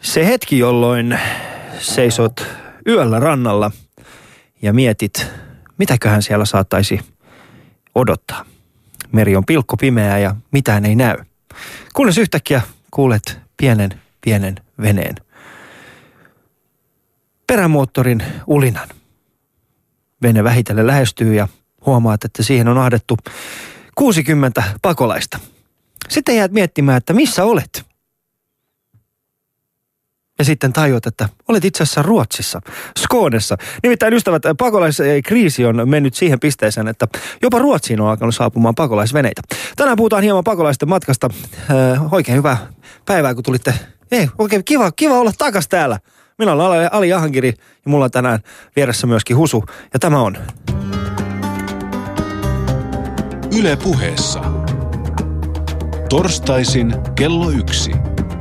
Se hetki, jolloin seisot yöllä rannalla ja mietit, mitäköhän siellä saattaisi odottaa. Meri on pilkkopimeä ja mitään ei näy. Kunnes yhtäkkiä kuulet pienen veneen perämoottorin ulinan. Vene vähitellen lähestyy ja huomaat, että siihen on ahdettu 60 pakolaista. Sitten jäät miettimään, että missä olet? Ja sitten tajuat, että olet itse asiassa Ruotsissa, Skånessa. Nimittäin ystävät, pakolaiskriisi on mennyt siihen pisteeseen, että jopa Ruotsiin on alkanut saapumaan pakolaisveneitä. Tänään puhutaan hieman pakolaisten matkasta. Oikein hyvää päivää, kun tulitte. Oikein kiva olla takas täällä. Minä olen Ali Jahangiri ja mulla on tänään vieressä myöskin Husu. Ja tämä on Yle Puheessa. Torstaisin kello 1.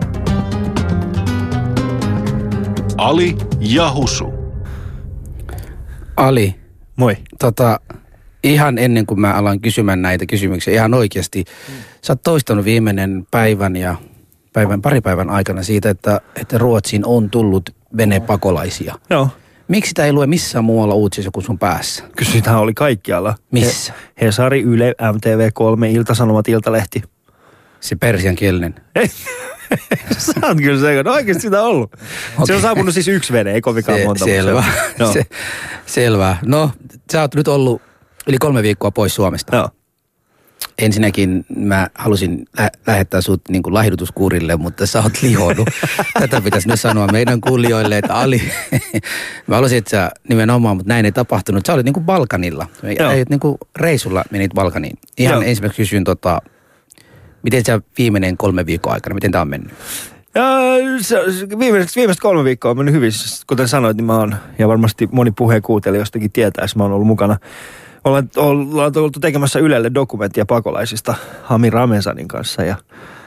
Ali ja Husu. Ali. Moi. Ihan ennen kuin mä alan kysymään näitä kysymyksiä, ihan oikeasti. Sä oot toistanut viimeinen pari päivän aikana siitä, että Ruotsiin on tullut venepakolaisia. Joo. Miksi sitä ei lue missään muualla uutisissa kuin sun päässä? Kyllä sitähän oli kaikkialla. Missä? Hesari, Yle, MTV3, Ilta-Sanomat, Iltalehti. Se persiankielinen. Sä oot kyllä se, no oikeasti sitä on ollut. Okay. Se on saapunut siis yksi vene, ei kovinkaan monta. Selvä. No. Selvä. No, sä oot nyt ollut yli 3 viikkoa pois Suomesta. Joo. Ensinnäkin mä halusin lähettää sut niin kuin laihdutuskuurille, mutta sä oot lihonnut. Tätä pitäisi nyt sanoa meidän kuulijoille, että Ali, mä halusin, että sä nimenomaan, mutta näin ei tapahtunut. Sä olit niin kuin Balkanilla. Niin kuin reissulla menit Balkaniin. Ihan ensimmäiseksi kysyin, miten sä viimeinen 3 viikkoa aikana, miten tää on mennyt? Viimeiset 3 viikkoa on mennyt hyvin. Kuten sanoit, niin mä oon, ja varmasti moni puheen kuuntelijoistakin tietäisi, mä oon ollut mukana. Ollaan oltu tekemässä Ylelle dokumenttia pakolaisista Hami Ramezanin kanssa ja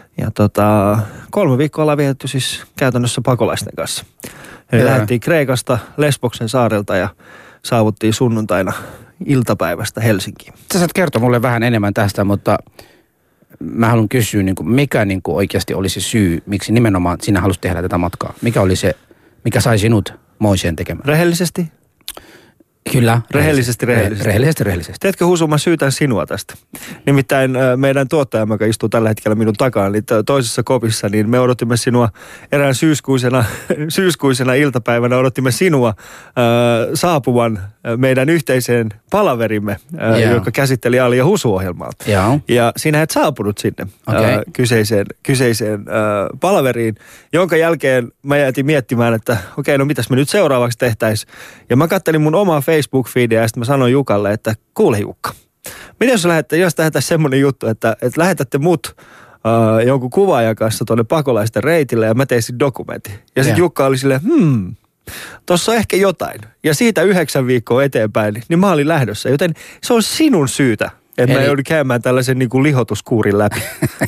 3 viikkoa ollaan vietetty siis käytännössä pakolaisten kanssa. Eli lähdettiin Kreikasta Lesboksen saarelta ja saavuttiin sunnuntaina iltapäivästä Helsinkiin. Sä saat kertoa mulle vähän enemmän tästä, mutta mä haluan kysyä, mikä oikeasti oli se syy, miksi nimenomaan sinä halusit tehdä tätä matkaa? Mikä oli se, mikä sai sinut Moiseen tekemään? Rehellisesti? Kyllä. Rehellisesti. Tiedätkö Husu, mä syytän sinua tästä. Nimittäin meidän tuottajamme, joka istuu tällä hetkellä minun takaan, niin toisessa kopissa, niin me odotimme sinua erään syyskuisena iltapäivänä, odottimme sinua saapuvan meidän yhteiseen palaverimme, joka käsitteli Ali ja Husu-ohjelmaa. Ja sinä et saapunut sinne kyseiseen palaveriin, jonka jälkeen mä jätin miettimään, että no mitäs me nyt seuraavaksi tehtäisiin. Ja mä kattelin mun omaa Facebook-feedia ja sitten mä sanoin Jukalle, että kuule Jukka, miten jos lähdetään semmoinen juttu, että lähetätte mut jonkun kuvaajan kanssa tuonne pakolaisten reitille ja mä teisin dokumentin. Ja sitten Jukka oli silleen, tossa on ehkä jotain. Ja siitä 9 viikkoa eteenpäin, niin mä olin lähdössä. Joten se on sinun syytä, että mä joudun käymään tällaisen niin kuin lihotuskuurin läpi.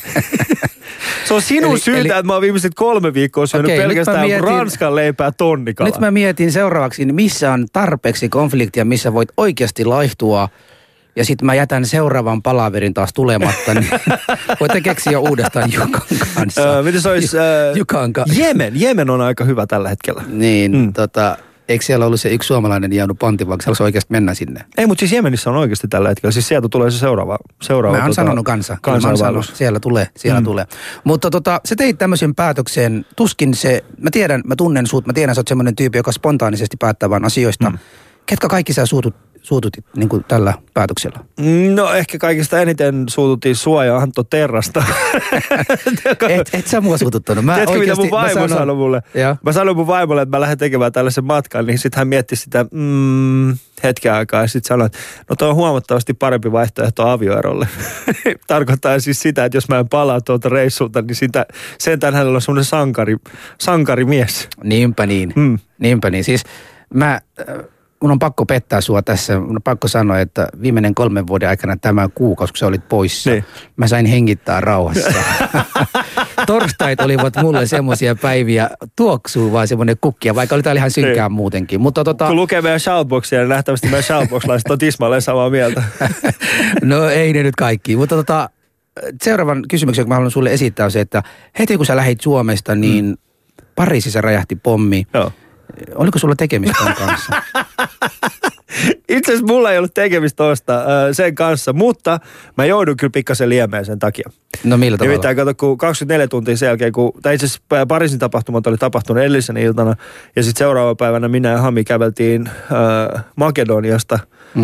Se on sinun syytä, että mä oon viimeiset 3 viikkoa syönyt pelkästään Ranskan leipää tonnikalaa. Nyt mä mietin seuraavaksi, niin missä on tarpeeksi konfliktia, missä voit oikeasti laihtua. Ja sitten mä jätän seuraavan palaverin taas tulematta, niin voitte keksiä uudestaan Jukan kanssa. Miten se olisi? Jukan kanssa. Jemen on aika hyvä tällä hetkellä. Niin, eikö siellä ollut se yksi suomalainen jäänyt pantivaksi? Haluaisi oikeasti mennä sinne? Ei, mutta siis Jemenissä on oikeasti tällä hetkellä. Siis sieltä tulee se seuraava mä oon sanonut kansainvaellus. Siellä tulee. Mutta sä teit tämmöisen päätöksen, tuskin se, mä tunnen sut, mä tiedän, sä oot semmoinen tyyppi, joka spontaanisesti päättää vaan asioista. Ketkä kaikki sä suututit niin kuin tällä päätöksellä? No ehkä kaikista eniten suututin sua ja Antto Terrasta. et sä mua suututtanut. Tiedätkö mitä mun vaimo sanoi mulle? Mä sanoin mun vaimolle, että mä lähden tekemään tällaisen matkan, niin sit hän mietti sitä hetken aikaa ja sit sanoi, että no toi on huomattavasti parempi vaihtoehto avioerolle. Tarkoittaa siis sitä, että jos mä en palaa tuolta reissulta, niin sentään hänellä on semmoinen sankarimies. Niinpä niin. Siis mun on pakko pettää sua tässä. Mun on pakko sanoa, että viimeinen 3 vuoden aikana tämä kuukausi, kun sä olit poissa, mä sain hengittää rauhassa. Torstait olivat mulle semmoisia päiviä, tuoksuu vaan semmoinen kukkia, vaikka oli täällä ihan synkää muutenkin. Mutta kun lukee meidän shoutboxia, niin nähtävästi meidän shoutboxlaiset on tismalleen samaa mieltä. No ei ne nyt kaikki, mutta seuraavan kysymyksen, joka mä haluan sulle esittää, on se, että heti kun sä lähdit Suomesta, niin Pariisissa räjähti pommi. Joo. Oliko sulla tekemistä ton kanssa? Itse asiassa mulla ei ollut tekemistä sen kanssa, mutta mä joudun kyllä pikkasen liemeen sen takia. No millä tavalla? Nimittäin kato, kun 24 tuntia sen jälkeen, tai itse asiassa Pariisin tapahtumat oli tapahtunut edellisenä iltana, ja sitten seuraava päivänä minä ja Hami käveltiin Makedoniasta.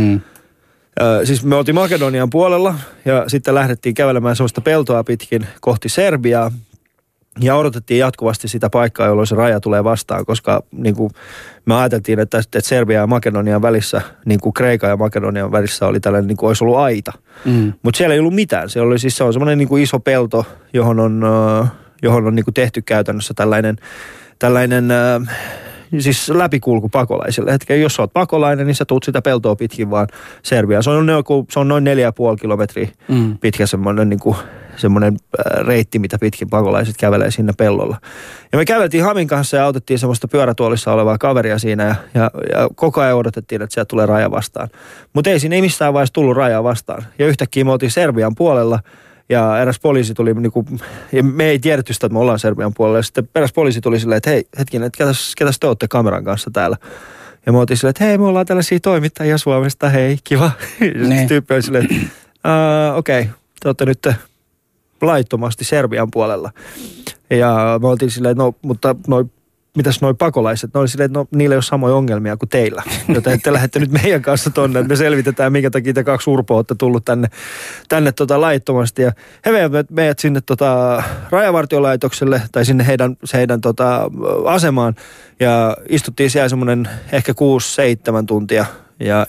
Siis me oltiin Makedonian puolella, ja sitten lähdettiin kävelemään sellaista peltoa pitkin kohti Serbiaa. Ja odotettiin jatkuvasti sitä paikkaa, jolloin se raja tulee vastaan, koska niin kuin me ajateltiin, että Serbia ja Makedonian välissä, niin kuin Kreikan ja Makedonian välissä oli tällainen, niin kuin olisi ollut aita. Mutta siellä ei ollut mitään. Se on semmoinen niin kuin iso pelto, johon on niin kuin tehty käytännössä tällainen siis läpikulku pakolaisille. Että jos sä oot pakolainen, niin sä tuut sitä peltoa pitkin vaan Serbiaan. Se on noin 4,5 kilometriä pitkä semmoinen reitti, mitä pitkin pakolaiset kävelee sinne pellolla. Ja me käveltiin Hamin kanssa ja autettiin semmoista pyörätuolissa olevaa kaveria siinä ja koko ajan odotettiin, että sieltä tulee raja vastaan. Mutta ei missään vaiheessa tullut rajaa vastaan. Ja yhtäkkiä me oltiin Serbian puolella ja eräs poliisi tuli, ja me ei tiedetty sitä, että me ollaan Serbian puolella. Ja sitten eräs poliisi tuli silleen, että hei, hetkinen, että ketäs te olette kameran kanssa täällä? Ja me oltiin silleen, että hei, me ollaan tällaisia toimittajia Suomesta, hei, kiva. Ja sitten tyyppi oli silleen, että okei, te olette nyt laittomasti Serbian puolella. Ja me oltiin silleen, että no, mutta mitäs noi pakolaiset? Ne oli silleen, että no, niillä ei ole samoja ongelmia kuin teillä. Joten te lähdette nyt meidän kanssa tonne, että me selvitetään, minkä takia te 2 urpoa olette tullut tänne laittomasti. Ja he veivät meidät sinne rajavartiolaitokselle tai sinne heidän asemaan. Ja istuttiin siellä semmoinen ehkä 6-7 tuntia. Ja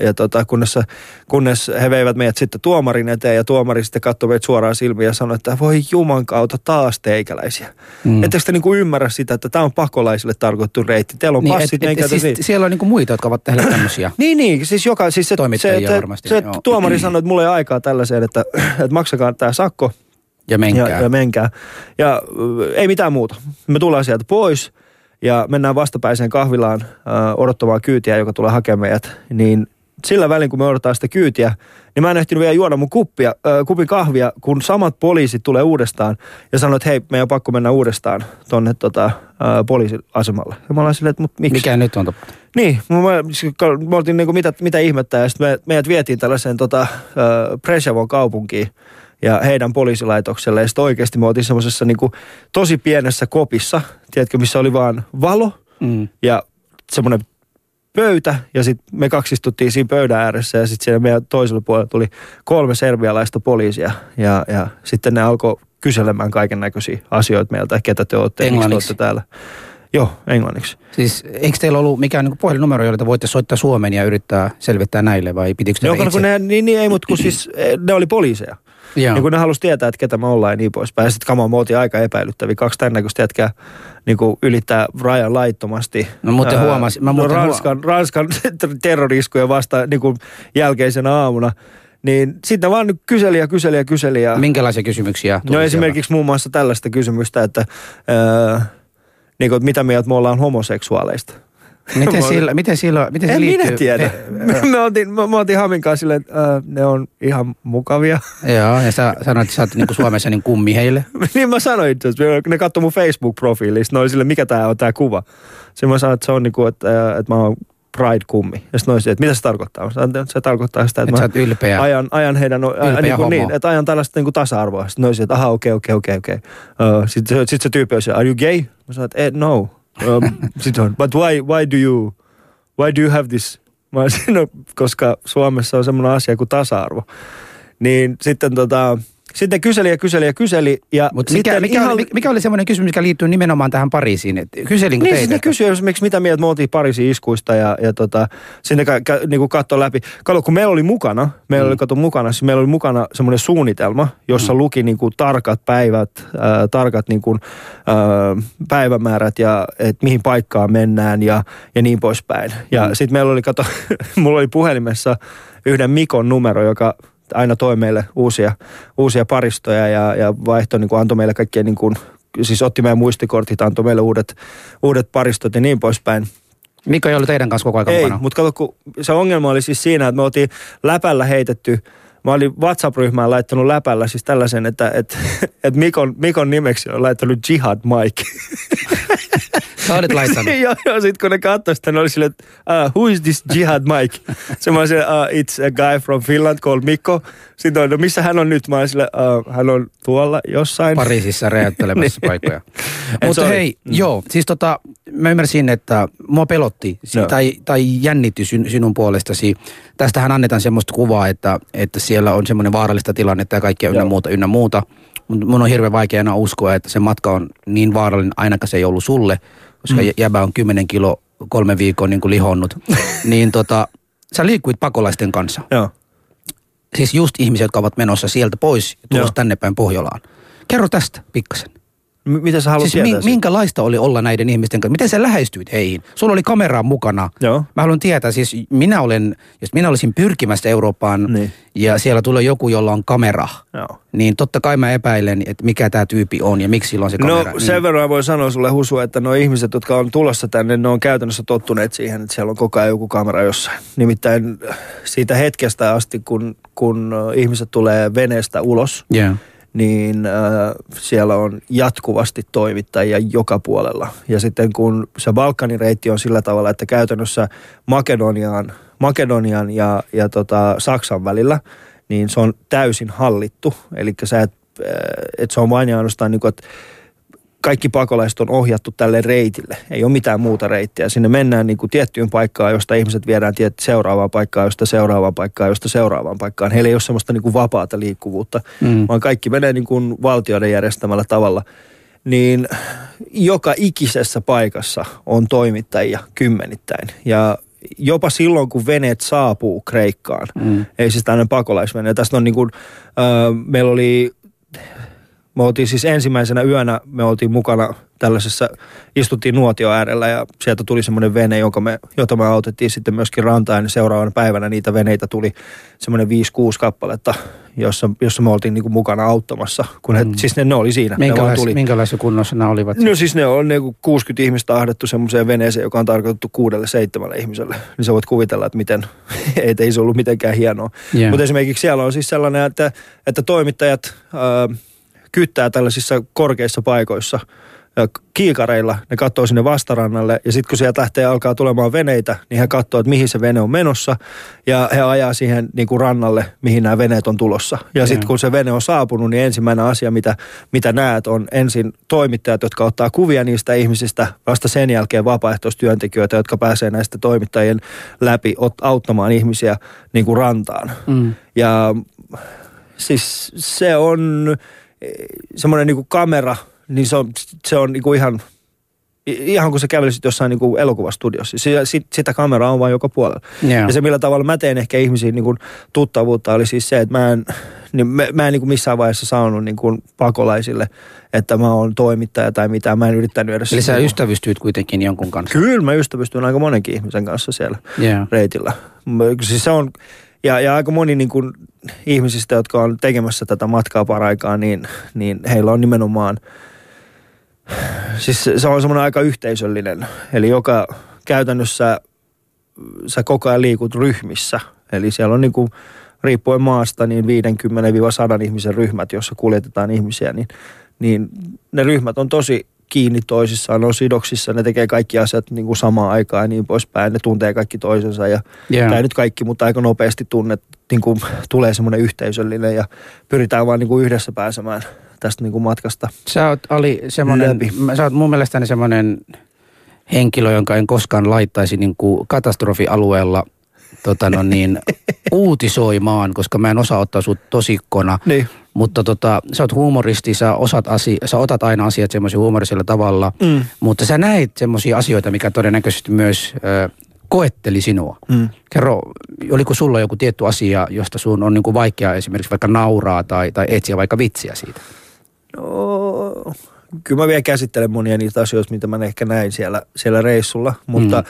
kunnes he veivät meidät sitten tuomarin eteen ja tuomari sitten katsoi meidät suoraan silmiin ja sanoi, että voi juman kautta taas teikäläisiä. Ettekö te niinku ymmärrä sitä, että tämä on pakolaisille tarkoittu reitti. Teillä on passit. Siis siellä on niinku muita, jotka ovat tehdä tämmöisiä. Niin, siis toimittajia varmasti. Se tuomari sanoi, että mulla ei aikaa tällaiseen, että maksikaa tämä sakko. Ja menkää. Ja menkää. Ja ei mitään muuta. Me tullaan sieltä pois. Ja mennään vastapäiseen kahvilaan odottamaan kyytiä, joka tulee hakemaan meidät. Niin sillä välin, kun me odotetaan sitä kyytiä, niin mä en ehtinyt vielä juoda mun kupin kahvia, kun samat poliisit tulee uudestaan ja sanoo, että hei, meidän on pakko mennä uudestaan tonne poliisiasemalle. Ja mä ollaan silleen, että miksi? Mikä nyt on tapahtunut? Niin, me oltiin niin kuin mitä ihmettä ja sitten meidät vietiin tällaiseen Preševon kaupunkiin ja heidän poliisilaitokselle. Ja sitten oikeasti me oltiin semmoisessa niin kuin tosi pienessä kopissa, tiedätkö, missä oli vaan valo ja semmoinen pöytä. Ja sitten me 2 istuttiin siinä pöydän ääressä ja sitten siellä meidän toisella puolella tuli 3 serbialaista poliisia. Ja sitten ne alkoi kyselemään kaiken näköisiä asioita meiltä, ketä te olette ja miksi te olette täällä. Joo, englanniksi. Siis eikö teillä ollut mikään niin puhelinnumero, jolla te voitte soittaa Suomeen ja yrittää selvittää näille vai pitikö te itse? Niin ei, mutta kun siis ne oli poliiseja. Niin kun ne halusi tietää, että ketä me ollaan ja niin poispäin. Ja sitten me oltiin aika epäilyttäviä. 2 tämän näköistä jätkää niin ylittää rajan laittomasti. No muuten huomasin. Ranskan terroriskujen vasta niin jälkeisenä aamuna. Niin sitten vaan kyseli. Minkälaisia kysymyksiä tuli? No esimerkiksi muun muassa tällaista kysymystä, että niin kuin, mitä mieltä me ollaan homoseksuaaleista. Miten se liittyy? En minä tiedä. Me oltiin Hamin kanssa silleen, että ne on ihan mukavia. Joo, ja sä sanoit, että sä oot niinku Suomessa niin kummi heille. Niin mä sanoin itse asiassa, ne katsoi mun Facebook-profiilista, ne oli silleen, mikä tää on tää kuva. Sitten mä sanoin, että se on niinku, että mä oon Pride-kummi. Ja sitten että mitä se tarkoittaa? Se tarkoittaa sitä, että mä ylpeä. Ajan heidän, niin, että ajan tällaista niin tasa-arvoa. Sitten noisin, että aha, okei. Sitten se tyyppi on se, are you gay? Mä sanoin, että no. Sitten on, but why do you have this? Mä sanoin, koska Suomessa on semmoinen asia kuin tasa-arvo. Niin sitten sitten kyseli. Mutta mikä oli semmoinen kysymys, mikä liittyy nimenomaan tähän Pariisiin? Kyselinkö niin, teitä? Siis ne kysyi esimerkiksi, mitä mieltä me oltiin Pariisin iskuista ja sinne niinku katsoi läpi. Kato, kun meillä oli mukana semmoinen suunnitelma, jossa luki niinku tarkat päivät, päivämäärät ja että mihin paikkaan mennään ja niin poispäin. Ja sitten meillä oli, mulla oli puhelimessa yhden Mikon numero, joka aina toi meille uusia paristoja ja vaihtoi, niin kuin antoi meille kaikkia, niin kuin, siis otti meidän muistikortit, antoi meille uudet paristot ja niin poispäin. Mikko ei ollut teidän kanssa koko ajan mukana? Ei, mutta kato, kun se ongelma oli siis siinä, että me oltiin läpällä heitetty, mä olin WhatsApp-ryhmään laittanut läpällä siis tällaisen, että Mikon nimeksi on laittanut Jihad Mike. Sä olet laittanut. Joo, sit kun ne katsoi sitä, ne oli silleen, että who is this Jihad Mike? Se mä olin silleen, it's a guy from Finland called Mikko. Sitten on, no missä hän on nyt? Mä olin silleen, hän on tuolla jossain. Pariisissa räjäyttelemässä paikkoja. Mutta hei, joo, siis mä ymmärsin, että mua pelotti tai jännitti sinun puolestasi. Tästähän annetaan semmoista kuvaa, että siellä on semmoinen vaarallista tilannetta ja kaikkea ynnä muuta. Mun on hirveän vaikea enää uskoa, että se matka on niin vaarallinen, ainakaan se ei ollut sulle, koska jäbä on 10 kilo 3 viikon niin kuin lihonnut. Niin sä liikkuit pakolaisten kanssa. Joo. Siis just ihmisiä, jotka ovat menossa sieltä pois ja tulossa tänne päin Pohjolaan. Kerro tästä pikkasen. Mitä sä haluat tietää? Minkälaista oli olla näiden ihmisten kanssa? Miten sä lähestyit heihin? Sulla oli kameraa mukana. Joo. Mä haluan tietää, siis jos minä olisin pyrkimässä Eurooppaan ja siellä tulee joku, jolla on kamera, niin totta kai mä epäilen, että mikä tämä tyyppi on ja miksi sillä on se kamera. No sen verran voi sanoa sulle, Husu, että nuo ihmiset, jotka on tulossa tänne, ne on käytännössä tottuneet siihen, että siellä on koko ajan joku kamera jossain. Nimittäin siitä hetkestä asti, kun ihmiset tulee veneestä ulos, niin siellä on jatkuvasti toimittajia joka puolella. Ja sitten kun se Balkanin reitti on sillä tavalla, että käytännössä Makedonian ja Saksan välillä, niin se on täysin hallittu. Eli se on vain ja ainoastaan niin kuin, että kaikki pakolaiset on ohjattu tälle reitille. Ei ole mitään muuta reittiä. Sinne mennään niin kuin tiettyyn paikkaan, josta ihmiset viedään seuraavaan paikkaan, josta seuraavaan paikkaan, josta seuraavaan paikkaan. Heillä ei ole semmoista niin kuin vapaata liikkuvuutta, vaan kaikki menee niin kuin valtioiden järjestämällä tavalla. Niin joka ikisessä paikassa on toimittajia kymmenittäin. Ja jopa silloin, kun veneet saapuu Kreikkaan, ei siis tämmöinen pakolaisvene. Tästä on niin kuin, me oltiin siis ensimmäisenä yönä, me oltiin mukana tällaisessa, istuttiin nuotio äärellä ja sieltä tuli semmoinen vene, jota me autettiin sitten myöskin rantaan. Ja seuraavana päivänä niitä veneitä tuli semmoinen 5-6 kappaletta, jossa me oltiin niinku mukana auttamassa, kun siis ne oli siinä. Minkälaisessa kunnossa nämä olivat? No siis ne on niinku 60 ihmistä ahdettu semmoiseen veneeseen, joka on tarkoitettu 6-7 ihmiselle. Niin sä voit kuvitella, että miten, ei se ollut mitenkään hienoa. Yeah. Mutta esimerkiksi siellä on siis sellainen, että toimittajat kyttää tällaisissa korkeissa paikoissa kiikareilla, ne katsoo sinne vastarannalle ja sitten kun sieltä alkaa tulemaan veneitä, niin he katsoo, että mihin se vene on menossa ja he ajaa siihen niin kuin rannalle, mihin nämä veneet on tulossa. Ja sitten kun se vene on saapunut, niin ensimmäinen asia, mitä näet, on ensin toimittajat, jotka ottaa kuvia niistä ihmisistä, vasta sen jälkeen vapaaehtoistyöntekijöitä, jotka pääsee näistä toimittajien läpi auttamaan ihmisiä niin kuin rantaan. Ja siis se on semmoinen niin kuin kamera, niin se on niin kuin ihan kun sä kävelisit jossain niin kuin elokuvastudiossa. Sitä kameraa on vaan joka puolella. Yeah. Ja se millä tavalla mä teen ehkä ihmisiin niin kuin tuttavuutta oli siis se, että mä en niin kuin missään vaiheessa saanut niin kuin pakolaisille, että mä oon toimittaja tai mitään. Mä en yrittänyt edes. Eli sä ystävystyit kuitenkin jonkun kanssa? Kyllä mä ystävystyin aika monenkin ihmisen kanssa siellä reitillä. Siis se on. Ja aika moni niin kuin ihmisistä, jotka on tekemässä tätä matkaa paraikaa, niin heillä on nimenomaan, siis se on semmoinen aika yhteisöllinen. Eli joka käytännössä sä koko ajan liikut ryhmissä. Eli siellä on niin kuin, riippuen maasta niin 50-100 ihmisen ryhmät, jossa kuljetetaan ihmisiä, niin ne ryhmät on tosi kiinni toisissaan, ne on sidoksissa, ne tekee kaikki asiat niin kuin samaan aikaan ja niin poispäin. Ne tuntee kaikki toisensa ja tai nyt kaikki, mutta aika nopeasti niin kuin tulee semmoinen yhteisöllinen ja pyritään vaan niin kuin yhdessä pääsemään tästä niin kuin matkasta. Sä oot, Ali, semmoinen, sä oot mun mielestäni semmoinen henkilö, jonka en koskaan laittaisi niin kuin katastrofialueella uutisoimaan, koska mä en osaa ottaa sut tosikkona. Niin. Mutta sä oot huumoristi, sä otat aina asiat semmoisella huumorisella tavalla, mutta sä näit semmoisia asioita, mikä todennäköisesti myös koetteli sinua. Kerro, oliko sulla joku tietty asia, josta sun on niinku vaikea esimerkiksi vaikka nauraa tai etsiä vaikka vitsiä siitä? No, kyllä mä vielä käsittelen monia niitä asioita, mitä mä ehkä näin siellä reissulla, mutta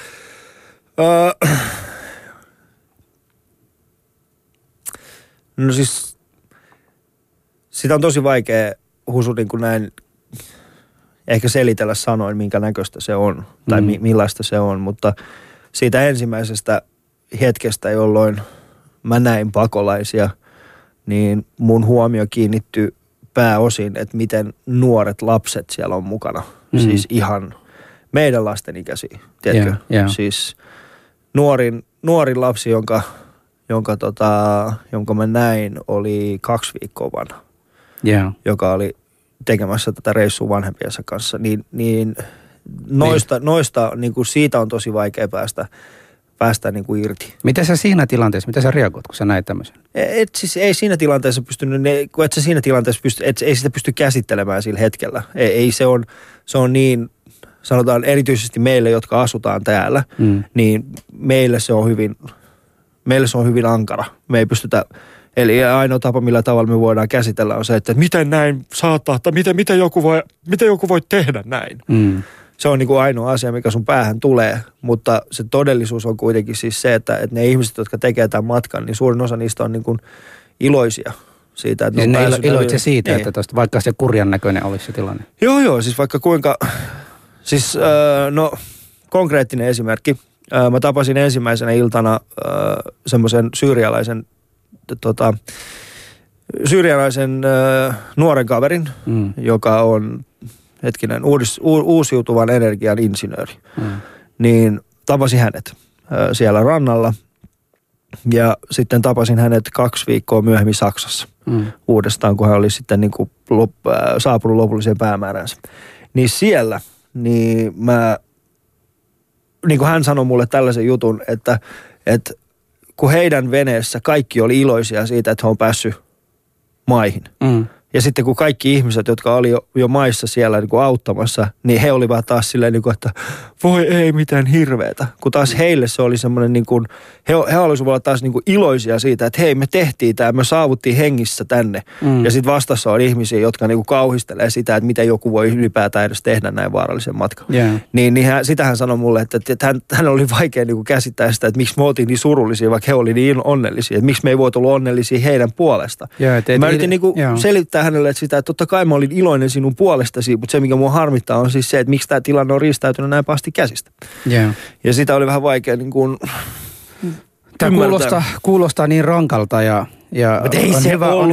no siis sitä on tosi vaikea Husu niin kuin näin ehkä selitellä sanoin, minkä näköistä se on tai millaista se on, mutta siitä ensimmäisestä hetkestä, jolloin mä näin pakolaisia, niin mun huomio kiinnittyi pääosin, että miten nuoret lapset siellä on mukana. Siis ihan meidän lasten ikäisiä, tiedätkö? Yeah. Siis nuorin lapsi, jonka mä näin, oli 2 viikkoa vanha, joka oli tekemässä tätä reissua vanhempiensa kanssa, niin noista niin kuin siitä on tosi vaikea päästä niin kuin irti. Miten sä siinä tilanteessa, miten sä reagoit, kun sä näit tämmöisen? Ei siinä tilanteessa ei sitä pysty käsittelemään sillä hetkellä. Ei se on niin, sanotaan erityisesti meille, jotka asutaan täällä, niin meille se on hyvin ankara. Me ei pystytä, eli ainoa tapa, millä tavalla me voidaan käsitellä on se, että miten näin saattaa, tai miten joku voi tehdä näin. Se on niin kuin ainoa asia, mikä sun päähän tulee, mutta se todellisuus on kuitenkin siis se, että ne ihmiset, jotka tekee tämän matkan, niin suurin osa niistä on niin kuin iloisia siitä. Että ne iloitse siitä, että tosta, vaikka se kurjan näköinen olisi se tilanne. Joo, siis vaikka kuinka, siis konkreettinen esimerkki. Mä tapasin ensimmäisenä iltana semmoisen syyrialaisen nuoren kaverin, joka on uusiutuvan energian insinööri. Niin tapasin hänet siellä rannalla ja sitten tapasin hänet 2 viikkoa myöhemmin Saksassa uudestaan, kun hän oli sitten niin kuin saapunut lopulliseen päämääränsä. Niin siellä, niin kuin hän sanoi mulle tällaisen jutun, että kun heidän veneessä kaikki oli iloisia siitä, että he on päässyt maihin. Ja sitten kun kaikki ihmiset, jotka oli jo maissa siellä niin kuin auttamassa, niin he olivat taas silleen, niin kuin, että voi ei mitään hirveetä. Kun taas heille se oli semmoinen, niin kuin, he olisivat olla taas niin kuin iloisia siitä, että hei me tehtiin tämä, me saavuttiin hengissä tänne. Ja sitten vastassa on ihmisiä, jotka niin kuin kauhistelee sitä, että miten joku voi ylipäätään edes tehdä näin vaarallisen matkan. Yeah. Niin sitä hän sanoi mulle, että hän oli vaikea niin kuin käsittää sitä, että miksi me oltiin niin surullisia, vaikka he oli niin onnellisia. Että miksi me ei voitu olla onnellisia heidän puolesta. Yeah, mä yritin niin kuin selittää hänelle että totta kai mä olin iloinen sinun puolestasi, mutta se mikä mua harmittaa on siis se, että miksi tämä tilanne on riistäytynyt näin pahasti käsistä. Yeah. Ja sitä oli vähän vaikea niin kuin tämä kuulostaa niin rankalta ja ei on se hyvä, ollut.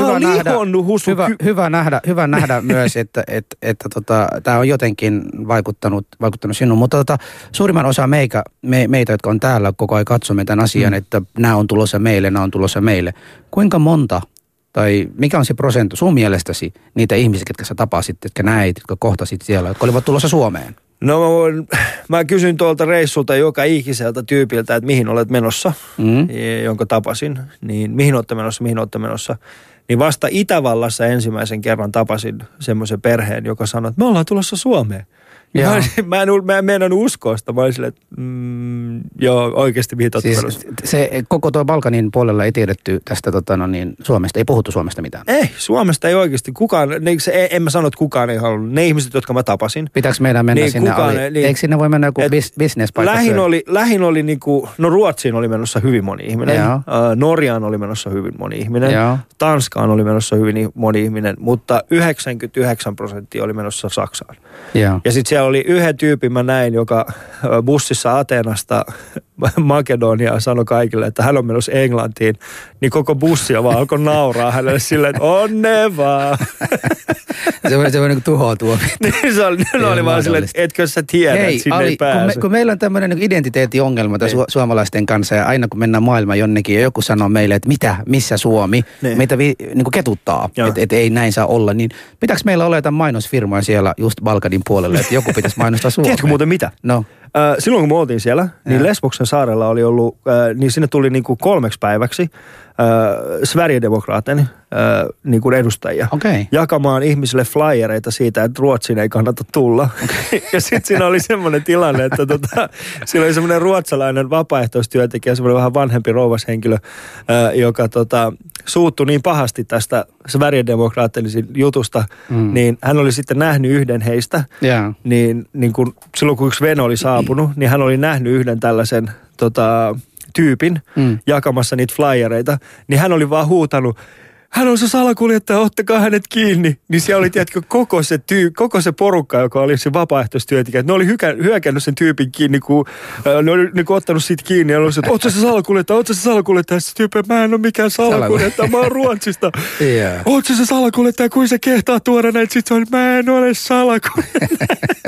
Hyvä nähdä myös, että tämä on jotenkin vaikuttanut sinuun. Mutta suurimman osa meitä, jotka on täällä koko ajan katsomme tämän asian, että nämä on tulossa meille. Kuinka monta tai mikä on se prosentti sun mielestäsi niitä ihmisiä, jotka sä tapasit, jotka näit, jotka kohtasit siellä, jotka olivat tulossa Suomeen? No mä kysyin tuolta reissulta joka ikiseltä tyypiltä, että mihin olet menossa, jonka tapasin. Niin mihin olette menossa. Niin vasta Itävallassa ensimmäisen kerran tapasin semmoisen perheen, joka sanoi, että me ollaan tulossa Suomeen. Mä en meinannut uskoa sitä. Mä olin silleen, että joo, oikeasti mihin olette menossa. Se koko tuo Balkanin puolella ei tiedetty tästä Suomesta, ei puhuttu Suomesta mitään. Ei, Suomesta ei oikeasti. En mä sano, että kukaan ei halunnut. Ne ihmiset, jotka mä tapasin. Pitääkö meidän mennä niin sinne? Eikö sinne voi mennä joku bisnespaikka? Lähin oli niinku, no Ruotsiin oli menossa hyvin moni ihminen. Norjaan oli menossa hyvin moni ihminen. Tanskaan oli menossa hyvin moni ihminen, mutta 99% oli menossa Saksaan. Ja sitten siellä oli yhden tyypin mä näin, joka bussissa Ateenasta Makedoniaan sanoi kaikille, että hän on menossa Englantiin. Niin koko bussia vaan alkoi nauraa hänelle silleen, että onne vaan. Se voi niin tuhoa tuo. Niin se oli vaan silleen, että etkö sä tiedä, että sinne ei pääse. Kun meillä on tämmöinen niin identiteettiongelma suomalaisten kanssa ja aina kun mennään maailmaan jonnekin ja joku sanoo meille, että missä Suomi, meitä niin ketuttaa, että ei näin saa olla, niin pitääkö meillä olla jotain mainosfirmaa siellä just Balkanin puolelle, että joku pitäisi mainostaa Suomeen? Tiedätkö muuten mitä? No. Silloin kun me oltiin siellä, niin Lesboksen saarella oli ollut, niin sinne tuli niin kuin 3 päiväksi Sverigedemokraatin niin kuin edustajia jakamaan ihmisille flyereita siitä, että Ruotsiin ei kannata tulla. Okay. Ja sitten siinä oli semmoinen tilanne, että siinä oli semmoinen ruotsalainen vapaaehtoistyöntekijä, semmoinen vähän vanhempi rouvashenkilö, joka suuttui niin pahasti tästä Sverigedemokraatin jutusta, niin hän oli sitten nähnyt yhden heistä, niin kun, silloin kun yksi Veno oli saapunut, niin hän oli nähnyt yhden tällaisen tyypin jakamassa niitä flyereita, niin hän oli vaan huutanut, hän on se salakuljettaja, ottakaa hänet kiinni. Niin siellä oli, tiedätkö, koko se porukka, joka oli se vapaaehtoistyöntekijä. Ne oli hyökännyt sen tyypin kiinni, ne oli niin ottanut siitä kiinni ja oli se, että ootko se salakuljettaja, se tyyppi, mä en ole mikään salakuljettaja, mä oon Ruotsista. Ootko se salakuljettaja, kuin se kehtaa tuoda näitä, sit se oli, mä en ole salakuljettaja.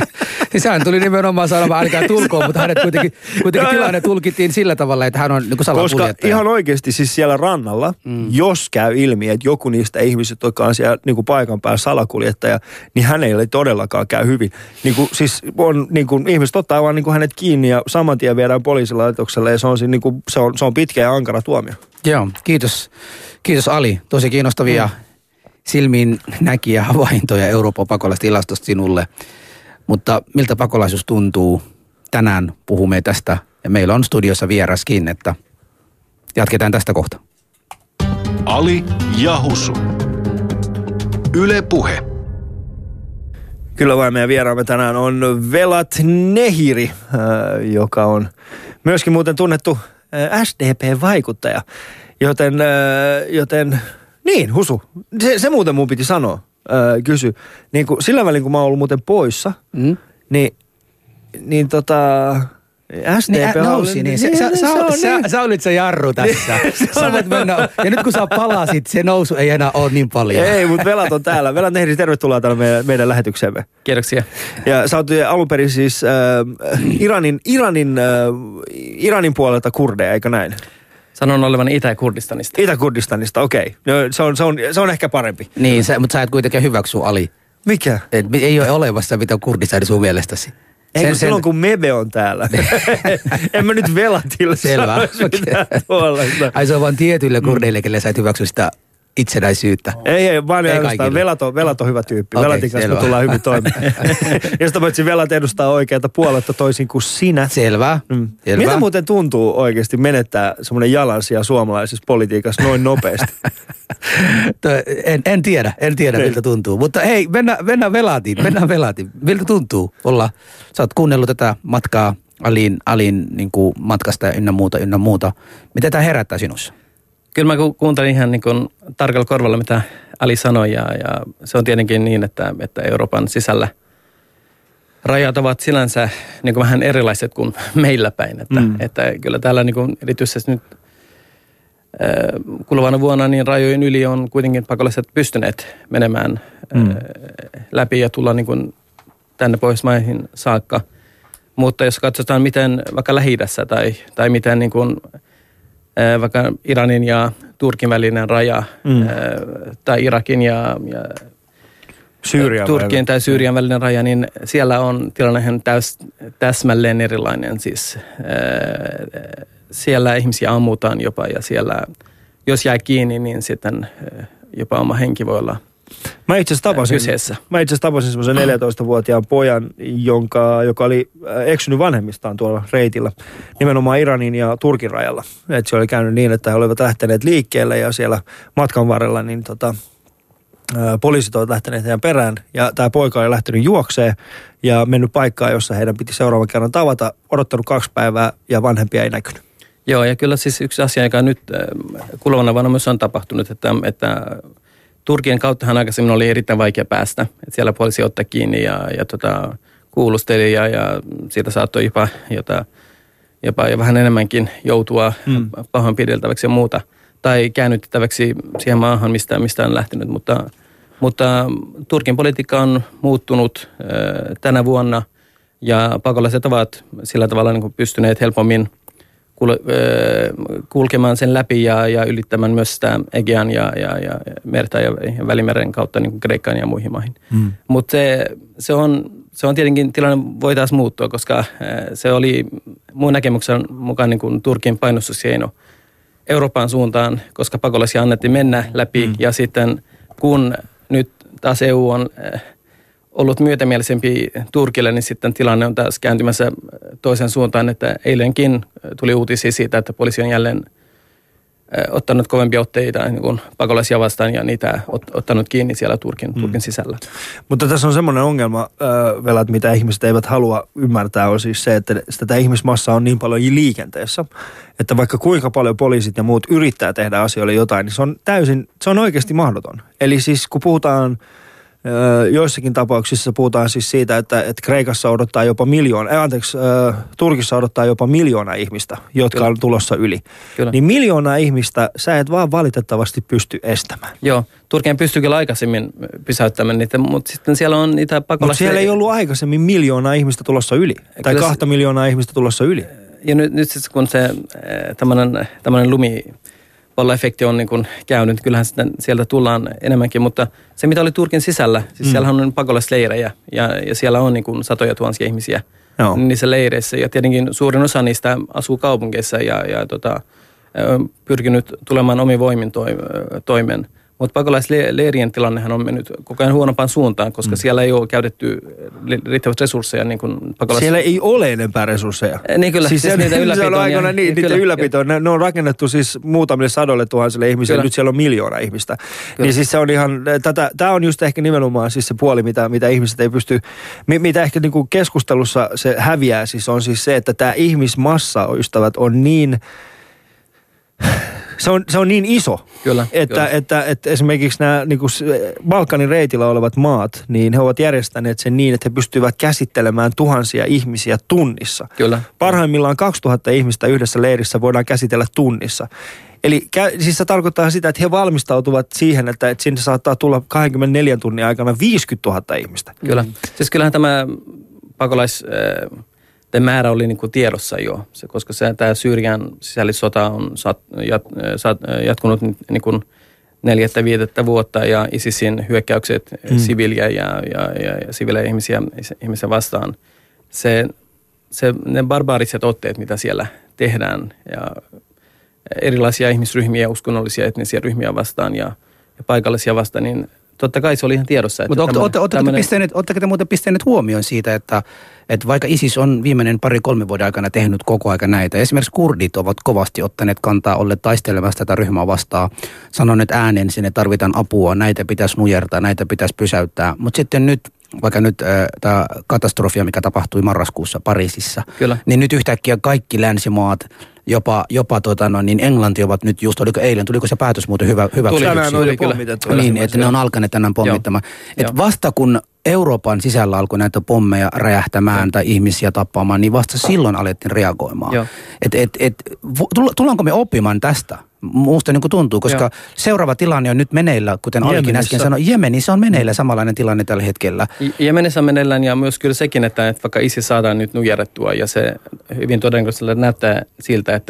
Sehän tuli nimenomaan sanomaan, älkää tulkoon, mutta hänet kuitenkin tilanne tulkittiin sillä tavalla, että hän on niin kuin salakuljettaja. Koska ihan oikeasti siis siellä rannalla, jos käy ilmi, että joku niistä ihmisistä, jotka on siellä niin kuin paikan päällä salakuljettaja, niin hänelle ei todellakaan käy hyvin. Niin kuin, siis on, niin kuin, ihmiset ottaa vaan niin kuin hänet kiinni ja saman tien viedään poliisilaitokselle ja se on, niin kuin, se on pitkä ja ankara tuomio. Joo, kiitos Ali. Tosi kiinnostavia silmiin näkiä havaintoja Euroopan pakolaistilastosta sinulle. Mutta miltä pakolaisuus tuntuu? Tänään puhumme tästä ja meillä on studiossa vieraskin, että jatketaan tästä kohta. Ali ja Husu. Yle Puhe. Kyllä vain meidän vieraamme tänään on Velat Nehiri, joka on myöskin muuten tunnettu SDP-vaikuttaja. Joten niin Husu, se muuten mun piti sanoa, kysy. Niin kuin, sillä välin kun mä oon ollut muuten poissa, niin SDP nousi, niin. Sä olit se jarru tässä. Sä voit mennä, ja nyt kun sä palasit, se nousu ei enää ole niin paljon. Ei, mutta Velat on täällä. Velat Nehiri, tervetuloa täällä meidän lähetykseemme. Kiitoksia. Ja sä oot alun perin siis Iranin puolelta kurdeja, eikö näin? Sanon olevan Itä-Kurdistanista. Itä-Kurdistanista, okei. No, se on ehkä parempi. Niin, mutta sä et kuitenkin hyväksy Ali. Mikä? Ei ole olemassa mitään Kurdistani sun mielestäsi. Eikö silloin kun Mebe on täällä? En mä nyt Velatille sanoisi mitään tuollaista. Ai se on vaan tietyille kurdeille, kelle sä et hyväksy sitä itsenäisyyttä. Ei vaan Velat on hyvä tyyppi. Okay, Velatin kanssa me tullaan hyvin toimimaan. Ja sitä paitsi Velat edustaa oikeata puoletta toisin kuin sinä. Selvä. Mitä muuten tuntuu oikeasti menettää semmoinen jalansija suomalaisessa politiikassa noin nopeasti? En tiedä miltä tuntuu. Mutta hei, mennään Velatiin. Miltä tuntuu olla? Sä oot kuunnellut tätä matkaa Alin niin kuin matkasta ynnä muuta. Mitä tämä herättää sinussa? Kyllä mä kuuntelin ihan niin kuin tarkalla korvalla, mitä Ali sanoi, ja se on tietenkin niin, että Euroopan sisällä rajat ovat sinänsä niin kuin vähän erilaiset kuin meillä päin. Että kyllä täällä niin kuin erityisesti nyt kuluvana vuonna niin rajojen yli on kuitenkin pakolaiset pystyneet menemään läpi ja tulla niin kuin tänne Pohjoismaihin saakka. Mutta jos katsotaan miten vaikka Lähi-idässä tai miten niin kuin vaikka Iranin ja Turkin välinen raja tai Irakin ja Turkin tai Syyrian välinen raja, niin siellä on tilanne täsmälleen erilainen. Siis siellä ihmisiä ammutaan jopa ja siellä, jos jää kiinni, niin sitten jopa oma henki voi olla Mä itse asiassa tapasin semmoisen 14-vuotiaan pojan, joka oli eksynyt vanhemmistaan tuolla reitillä, nimenomaan Iranin ja Turkin rajalla. Et se oli käynyt niin, että he olivat lähteneet liikkeelle ja siellä matkan varrella niin poliisit olivat lähteneet heidän perään. Ja tämä poika oli lähtenyt juokseen ja mennyt paikkaan, jossa heidän piti seuraavan kerran tavata, odottanut 2 päivää ja vanhempia ei näkynyt. Joo, ja kyllä siis yksi asia, joka nyt kuluvana vuonna myös on tapahtunut, että Turkien kauttahan aikaisemmin oli erittäin vaikea päästä. Että siellä poliisi ottaa kiinni ja kuulusteli ja siitä saattoi jopa vähän enemmänkin joutua pahoinpideltäväksi ja muuta. Tai käännytettäväksi siihen maahan, mistä on lähtenyt. Mutta Turkin politiikka on muuttunut tänä vuonna ja pakolaiset ovat sillä tavalla niin kuin pystyneet helpommin kulkemaan sen läpi ja ylittämään myös sitä Egean ja merta ja Välimeren kautta niin kuin Kreikkaan ja muihin maihin. Mutta se on tietenkin, tilanne voi taas muuttua, koska se oli mun näkemyksen mukaan niin kuin Turkin painostuskeino Euroopan suuntaan, koska pakolaisia annettiin mennä läpi ja sitten kun nyt taas EU on ollut myötämielisempi Turkille, niin sitten tilanne on taas kääntymässä toisen suuntaan, että eilenkin tuli uutisia siitä, että poliisi on jälleen ottanut kovempia otteita niin kuin pakolaisia vastaan ja niitä ottanut kiinni siellä Turkin sisällä. Mutta tässä on semmoinen ongelma, Velat, mitä ihmiset eivät halua ymmärtää, on siis se, että tätä ihmismassaa on niin paljon liikenteessä, että vaikka kuinka paljon poliisit ja muut yrittää tehdä asioille jotain, niin se on oikeasti mahdoton. Eli siis kun puhutaan joissakin tapauksissa puhutaan siis siitä, että Kreikassa odottaa jopa Turkissa odottaa jopa 1 miljoonaa ihmistä, jotka on tulossa yli. Kyllä. Niin 1 miljoonaa ihmistä sä et vaan valitettavasti pysty estämään. Joo, Turkien pystyy kyllä aikaisemmin pysäyttämään niitä, mutta sitten siellä on niitä pakolaisia. Mutta siellä ei ollut aikaisemmin 1 miljoonaa ihmistä tulossa yli, tai kyllä 2 miljoonaa ihmistä tulossa yli. Ja nyt sitten kun se tämmöinen lumipalloefekti on niin kuin käynyt, kyllähän sitten sieltä tullaan enemmänkin, mutta se mitä oli Turkin sisällä, siis siellä on pakolaisleirejä ja siellä on niin kuin satoja tuhansia ihmisiä niissä leireissä ja tietenkin suurin osa niistä asuu kaupungeissa ja pyrkinyt tulemaan omin voimin toimeen. Mutta pakolaisleirien tilannehan on mennyt koko ajan huonompaan suuntaan, koska siellä ei ole käytetty riittävästi resursseja. Niin kuin Siellä ei ole enempää resursseja. Niin kyllä, siis niitä ylläpitoon. Niitä ylläpitoon. Ne on rakennettu siis muutamille sadoille tuhansille ihmisille, nyt siellä on 1 miljoona ihmistä. Niin siis se on ihan, tämä on just ehkä nimenomaan siis se puoli, mitä ihmiset ei pysty, mitä ehkä niin kuin keskustelussa se häviää, siis on siis se, että tämä ihmismassa, ystävät, on niin... Se on niin iso, että esimerkiksi nämä niin kuin Balkanin reitillä olevat maat, niin he ovat järjestäneet sen niin, että he pystyvät käsittelemään tuhansia ihmisiä tunnissa. Kyllä. Parhaimmillaan 2000 ihmistä yhdessä leirissä voidaan käsitellä tunnissa. Eli siis se tarkoittaa sitä, että he valmistautuvat siihen, että sinne saattaa tulla 24 tunnin aikana 50 000 ihmistä. Kyllä. Siis kyllähän tämä määrä oli niin kuin tiedossa jo, koska tämä Syyrian sisällissota on jatkunut niin kuin 4-5 vuotta ja ISISin hyökkäykset siviiliä ja siviilejä ihmisiä vastaan. Ne barbaariset otteet, mitä siellä tehdään ja erilaisia ihmisryhmiä, uskonnollisia etnisiä ryhmiä vastaan ja paikallisia vastaan, niin totta kai se oli ihan tiedossa. Mutta oletteko te muuten pistäneet huomioon siitä, että vaikka ISIS on viimeinen 2-3 vuoden aikana tehnyt koko aika näitä, esimerkiksi kurdit ovat kovasti ottaneet kantaa, olleet taistelemassa tätä ryhmää vastaan, sanoneet ääneen, sinne tarvitaan apua, näitä pitäisi nujertaa, näitä pitäisi pysäyttää, mutta sitten nyt, vaikka nyt tämä katastrofia, mikä tapahtui marraskuussa Pariisissa, kyllä, niin nyt yhtäkkiä kaikki länsimaat, jopa niin Englanti ovat nyt just, tuliko se päätös muuten hyvä? Tuli kyllä. Niin, että ne on alkaneet tänään pommittamaan. Että vasta kun Euroopan sisällä alkoi näitä pommeja räjähtämään tai ihmisiä tappamaan, niin vasta silloin alettiin reagoimaan. Tullaanko me oppimaan tästä? Muusta niin kuin tuntuu, koska seuraava tilanne on nyt meneillä, kuten Alikin äsken sanoi, Jemenissä on meneillä samanlainen tilanne tällä hetkellä. Jemenissä on meneillään ja myös kyllä sekin, että vaikka ISIS saadaan nyt nujerrettua ja se hyvin todennäköisesti näyttää siltä, että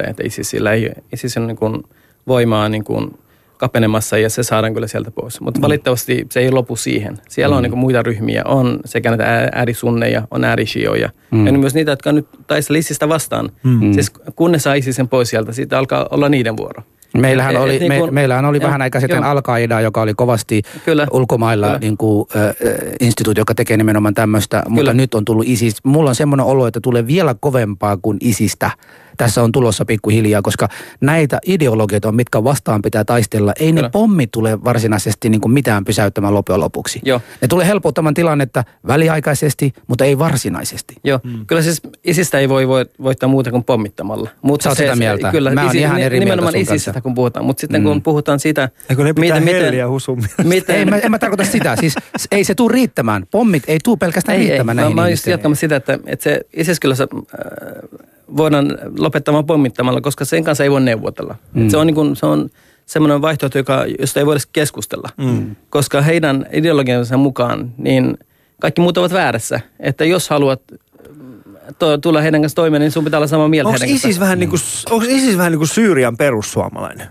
ISIS on niin kuin voimaa niin kuin kapenemassa ja se saadaan kyllä sieltä pois. Mutta valitettavasti se ei lopu siihen. Siellä on niin kuin muita ryhmiä, on sekä näitä äärisunneja, on äärishioja ja myös niitä, jotka nyt taistelevat ISISistä vastaan. Siis kun ne saa ISISen pois sieltä, siitä alkaa olla niiden vuoro. Meillähän oli vähän aikaa sitten Al-Qaida, joka oli kovasti ulkomailla instituutio, joka tekee nimenomaan tämmöistä, mutta nyt on tullut ISIS. Mulla on semmoinen olo, että tulee vielä kovempaa kuin ISISistä. Tässä on tulossa pikkuhiljaa, koska näitä ideologioita on, mitkä vastaan pitää taistella. Ei ne pommit tule varsinaisesti niin kuin mitään pysäyttämään loppujen lopuksi. Joo. Ne tulee helpottamaan tilannetta väliaikaisesti, mutta ei varsinaisesti. Joo, kyllä siis ISISistä ei voi voittaa muuta kuin pommittamalla. Sä oot sitä mieltä. Kyllä, mä oon ihan eri mieltä nimenomaan ISISistä kun puhutaan, mutta sitten kun puhutaan siitä... Eikö ne pitää helliä husumia? En mä tarkoita sitä, siis ei se tule riittämään. Pommit ei tule pelkästään riittämään näihin mä oon just jatkamassa sitä, että se ISIS kyllä voidaan lopettamaan pommittamalla, koska sen kanssa ei voi neuvotella. Se on semmoinen vaihtoehto, josta ei voida keskustella. Koska heidän ideologiansa mukaan, niin kaikki muut ovat väärässä. Että jos haluat tulla heidän kanssa toimeen, niin sun pitää olla samaa mieltä heidän kanssa. Onko ISIS vähän niin kuin Syyrian perussuomalainen?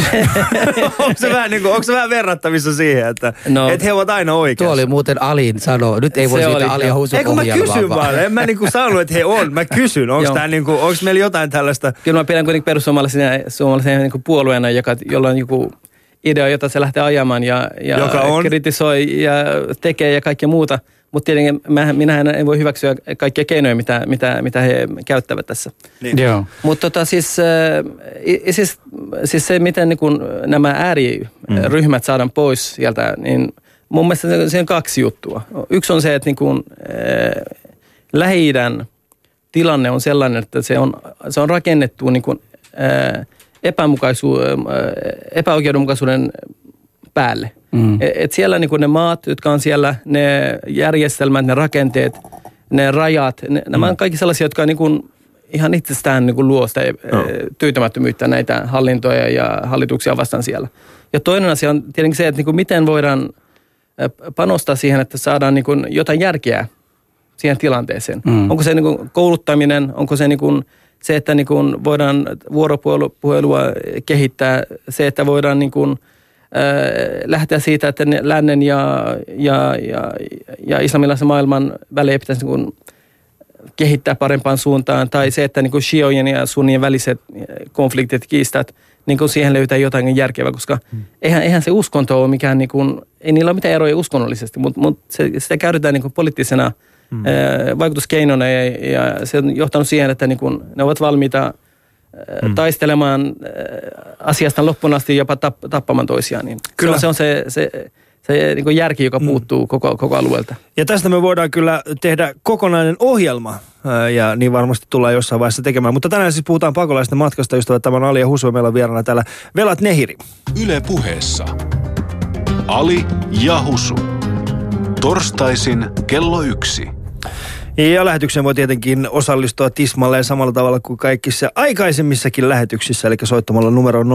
Onko se vähän verrattavissa siihen, että he ovat aina oikeassa? Tuo oli muuten Alin sanoo. Nyt ei voi siitä Ali ja Husun ohjelmaa. Eikö mä kysyn vaan? En mä sanonut, että he on. Mä kysyn. Onko meillä jotain tällaista? Kyllä mä pidän kuitenkin perussuomalaisen niin puolueena, jolla on joku idea, jota se lähtee ajamaan ja kritisoi ja tekee ja kaikkea muuta. Mutta tietenkin minähän en voi hyväksyä kaikkia keinoja, mitä he käyttävät tässä. Niin. Mutta siis se, miten niin kun nämä ääriryhmät saadaan pois sieltä, niin mun mielestä se on 2 juttua. Yksi on se, että niin kun, Lähi-idän tilanne on sellainen, että se on rakennettu niin kun, epäoikeudenmukaisuuden päälle. Et siellä niin kuin ne maat, jotka on siellä, ne järjestelmät, ne rakenteet, ne rajat, nämä on kaikki sellaisia, jotka niin kuin ihan itsestään niin kuin luo sitä tyytymättömyyttä näitä hallintoja ja hallituksia vastaan siellä. Ja toinen asia on tietenkin se, että niin kuin miten voidaan panostaa siihen, että saadaan niin kuin jotain järkeä siihen tilanteeseen. Onko se niin kuin kouluttaminen, onko se niin kuin se, että niin kuin voidaan vuoropuhelua kehittää, se, että voidaan niin kuin lähteä siitä, että lännen ja islamilaisen maailman välejä pitäisi niin kuin kehittää parempaan suuntaan, tai se, että niin kuin shiojen ja sunnien väliset konfliktit, kiistat, niin kuin siihen löytää jotain järkevää, koska eihän se uskonto ole mikään, niin kuin, ei niillä ole mitään eroja uskonnollisesti, mutta sitä käytetään niin kuin poliittisena vaikutuskeinona ja se on johtanut siihen, että niin kuin ne ovat valmiita taistelemaan asiasta loppuun asti jopa tappamaan toisiaan. Niin kyllä. Se on se niin kuin järki, joka puuttuu koko alueelta. Ja tästä me voidaan kyllä tehdä kokonainen ohjelma, ja niin varmasti tullaan jossain vaiheessa tekemään. Mutta tänään siis puhutaan pakolaisten matkasta, ystävät. Tämä on Ali ja Husu, meillä on vieraana täällä Velat Nehiri. Yle Puheessa Ali ja Husu. Torstaisin kello 1. Ja lähetykseen voi tietenkin osallistua tismalleen samalla tavalla kuin kaikissa aikaisemmissakin lähetyksissä, eli soittamalla numeroon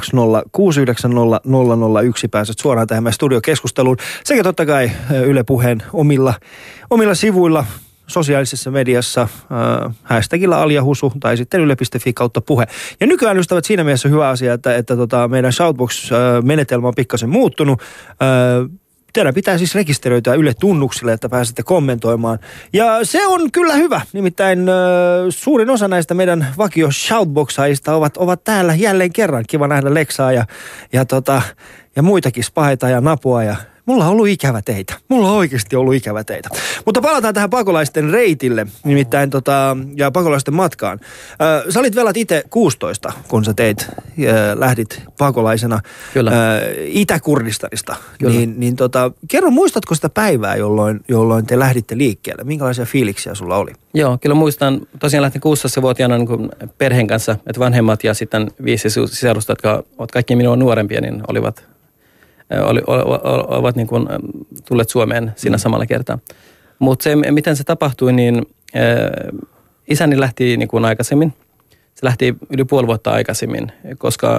020690001 pääset suoraan tähän meidän studiokeskusteluun, sekä totta kai Yle Puheen omilla sivuilla, sosiaalisessa mediassa, hashtagilla Ali ja Husu tai sitten yle.fi/puhe. Ja nykyään, ystävät, siinä mielessä hyvä asia, että meidän Shoutbox-menetelmä on pikkasen muuttunut. Teidän pitää siis rekisteröityä Yle-tunnuksille, että pääsette kommentoimaan. Ja se on kyllä hyvä. Nimittäin suurin osa näistä meidän vakio shoutboxaista ovat täällä jälleen kerran. Kiva nähdä Leksaa ja muitakin, Spaheita ja Napua ja mulla on ollut ikävä teitä. Mulla on oikeasti ollut ikävä teitä. Mutta palataan tähän pakolaisten reitille, nimittäin ja pakolaisten matkaan. Sä olit Velat itse 16, kun sä lähdit pakolaisena Itä-Kurdistanista. Niin kerro, muistatko sitä päivää, jolloin te lähditte liikkeelle? Minkälaisia fiiliksiä sulla oli? Joo, kyllä muistan. Tosiaan lähtin 16-vuotiaana niin perheen kanssa, että vanhemmat ja sitten 5 sisarusta, jotka ovat kaikki minua nuorempia, niin ovat niin kuin tulleet Suomeen siinä samalla kertaa. Mutta se, miten se tapahtui, niin isäni lähti niin kuin aikaisemmin. Se lähti yli puoli vuotta aikaisemmin, koska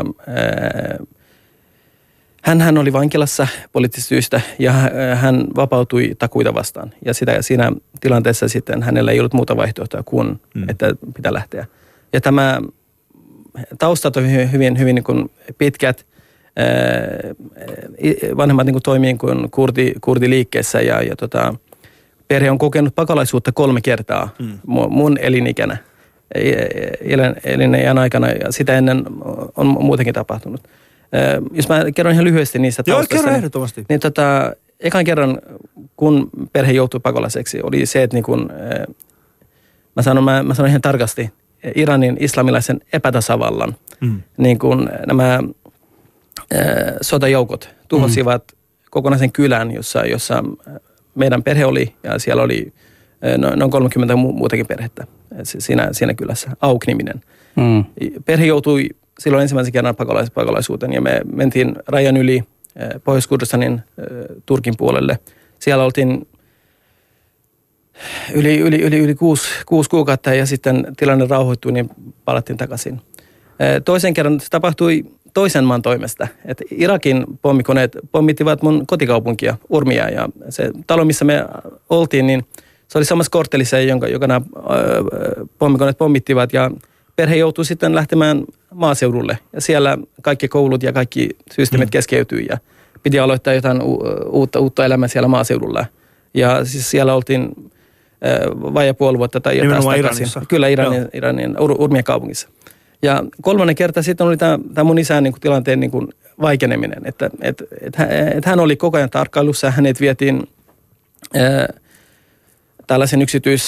hän oli vankilassa poliittisista syistä ja hän vapautui takuita vastaan. Ja siinä tilanteessa sitten hänellä ei ollut muuta vaihtoehtoa kuin, että pitää lähteä. Ja tämä taustat on hyvin niin kuin pitkät. Vanhemmat niin kuin toimii kuin kurdiliikkeessä ja perhe on kokenut pakolaisuutta 3 kertaa mun elinikänä. Elinajan aikana ja sitä ennen on muutenkin tapahtunut. Jos mä kerron ihan lyhyesti niistä taustasta. Joo, kerro ehdottomasti. Niin ekan kerran, kun perhe joutui pakolaiseksi, oli se, että niin kun, mä sanon ihan tarkasti, Iranin islamilaisen epätasavallan, niin kun nämä sotajoukot tuhosivat kokonaisen kylän, jossa meidän perhe oli, ja siellä oli noin 30 muutakin perhettä siinä kylässä, Auk-niminen. Perhe joutui silloin ensimmäisen kerran pakolaisuuteen, ja me mentiin rajan yli Pohjois-Kurdistanin Turkin puolelle. Siellä oltiin yli 6 kuukautta, ja sitten tilanne rauhoittui, niin palattiin takaisin. Toisen kerran se tapahtui toisen maan toimesta. Että Irakin pommikoneet pommittivat mun kotikaupunkia, Urmia, ja se talo, missä me oltiin, niin se oli samassa korttelissa, joka nämä pommikoneet pommittivat, ja perhe joutui sitten lähtemään maaseudulle. Ja siellä kaikki koulut ja kaikki systeemit keskeytyi, ja piti aloittaa jotain uutta elämää siellä maaseudulla. Ja siis siellä oltiin vajaa puoli vuotta tai taas takaisin. Iranissa. Kyllä, Iranin Urmia kaupungissa. Ja 3. kerta sitten oli tämä mun isän niin kuin tilanteen niin kuin vaikeneminen, että hän oli koko ajan tarkkailussa, hänet vietiin tällaisen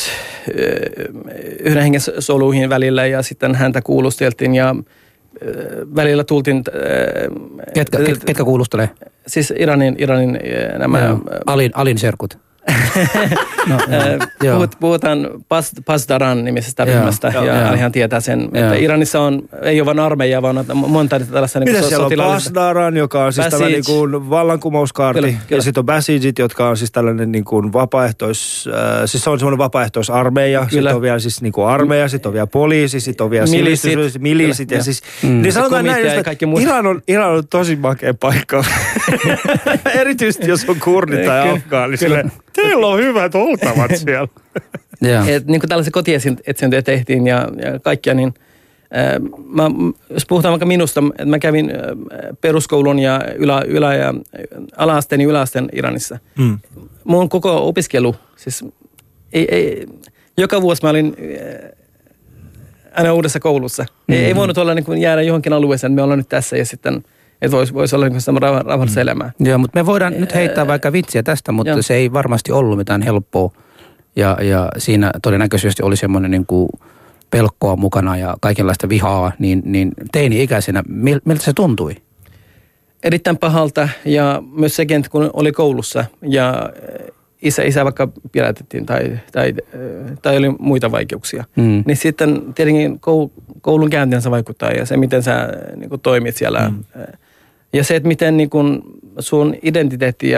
yhden hengen soluihin välillä ja sitten häntä kuulusteltiin ja välillä tultiin... Ketkä kuulustelee? Siis Iranin nämä... Alin serkut. Puhutaan Pasdaran nimisestä ryhmästä, ja Alihan tietää sen, että Iranissa ei ole vain armeija, vaan monta tällaista niin sotilaallista. Mitä siellä on Pasdaran, joka on siis tällainen niin kuin vallankumouskaarti, ja sitten on Basijit, jotka on siis tällainen niin kuin siis se on semmoinen vapaaehtoisarmeija, sitten on vielä siis niin kuin armeija, sitten on vielä poliisi, sitten on vielä milisit, ja siis niin sanotaan näin, että Iran on tosi makea paikka. Erityisesti jos on kurdi tai afgaani, silleen, teillä on hyvät oltavat siellä. Niin kuin tällaisia kotietsintöjä tehtiin ja kaikkia, niin jos puhutaan vaikka minusta, että mä kävin peruskoulun ja ala-asteen ja yläasteen Iranissa. Mun koko opiskelu, siis joka vuosi mä olin aina uudessa koulussa. Ei voinut olla niin kuin jäädä johonkin alueeseen, että me ollaan nyt tässä ja sitten että voisi olla niin kuin rauhallista elämää. Joo, mutta me voidaan nyt heittää vaikka vitsiä tästä, mutta se ei varmasti ollut mitään helppoa. Ja siinä todennäköisesti oli semmoinen niin kuin pelkoa mukana ja kaikenlaista vihaa, niin teini-ikäisenä, miltä se tuntui? Erittäin pahalta, ja myös sekin, että kun oli koulussa ja isä vaikka pidätettiin tai oli muita vaikeuksia, niin sitten tietenkin koulun käyntinsä vaikuttaa ja se, miten sä niin kuin toimit siellä. Ja se, että miten niin kuin sun identiteetti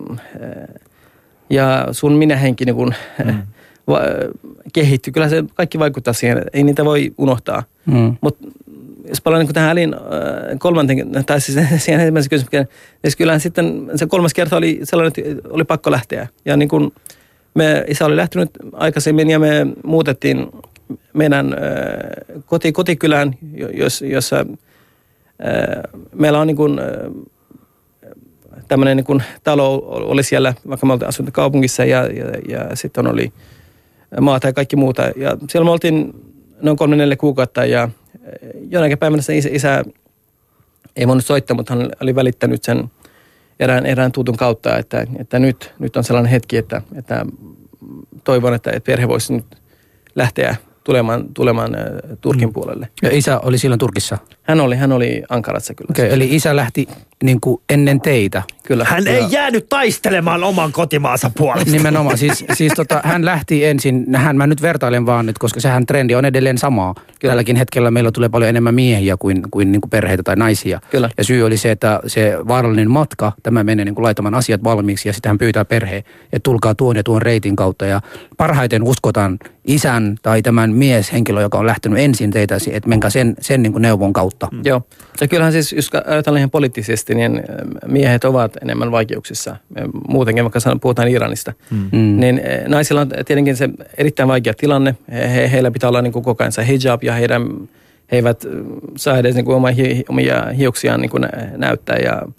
ja sun minähenki niin kuin kehittyy. Kyllä se kaikki vaikuttaa siihen, ei niitä voi unohtaa. Mutta jos palaan niin tähän Alin kolmanteen, tai siis siihen ensimmäisen kysymykseen, niin kyllähän sitten se kolmas kerta oli sellainen, että oli pakko lähteä. Ja niin kuin isä oli lähtenyt aikaisemmin ja me muutettiin meidän kotikylään, jossa meillä on niin kuin tämmöinen niin kuin talo oli siellä, vaikka me oltiin asunut kaupungissa ja sitten oli maata ja kaikki muuta. Ja siellä me oltiin noin 3-4 kuukautta ja jonakin päivänä se isä ei voinut soittaa, mutta hän oli välittänyt sen erään tutun kautta, että nyt on sellainen hetki, että toivon, että perhe voisi nyt lähteä tulemaan Turkin puolelle. Ja isä oli silloin Turkissa? Hän oli Ankarassa kyllä. Okay, eli isä lähti niin kuin ennen teitä? Kyllä. Hän ei jäänyt taistelemaan oman kotimaansa puolesta. Nimenomaan. Siis hän lähti ensin, mä nyt vertailen vaan nyt, koska sehän trendi on edelleen samaa. Kyllä. Tälläkin hetkellä meillä tulee paljon enemmän miehiä kuin perheitä tai naisia. Kyllä. Ja syy oli se, että se vaarallinen matka, tämä menee niin kuin laitamaan asiat valmiiksi ja sitten hän pyytää perheen, että tulkaa tuon ja tuon reitin kautta. Ja parhaiten uskotaan isän tai tämän mieshenkilö, joka on lähtenyt ensin teitä, että menkää sen niin kuin neuvon kautta. Joo. Ja kyllähän siis, jos ajatellaan ihan poliittisesti, niin miehet ovat enemmän vaikeuksissa. Muutenkin, vaikka puhutaan Iranista. Niin naisilla on tietenkin se erittäin vaikea tilanne. Heillä pitää olla niin kuin koko ajan se hijab ja he eivät saa edes niin kuin omia hiuksiaan niin kuin näyttää.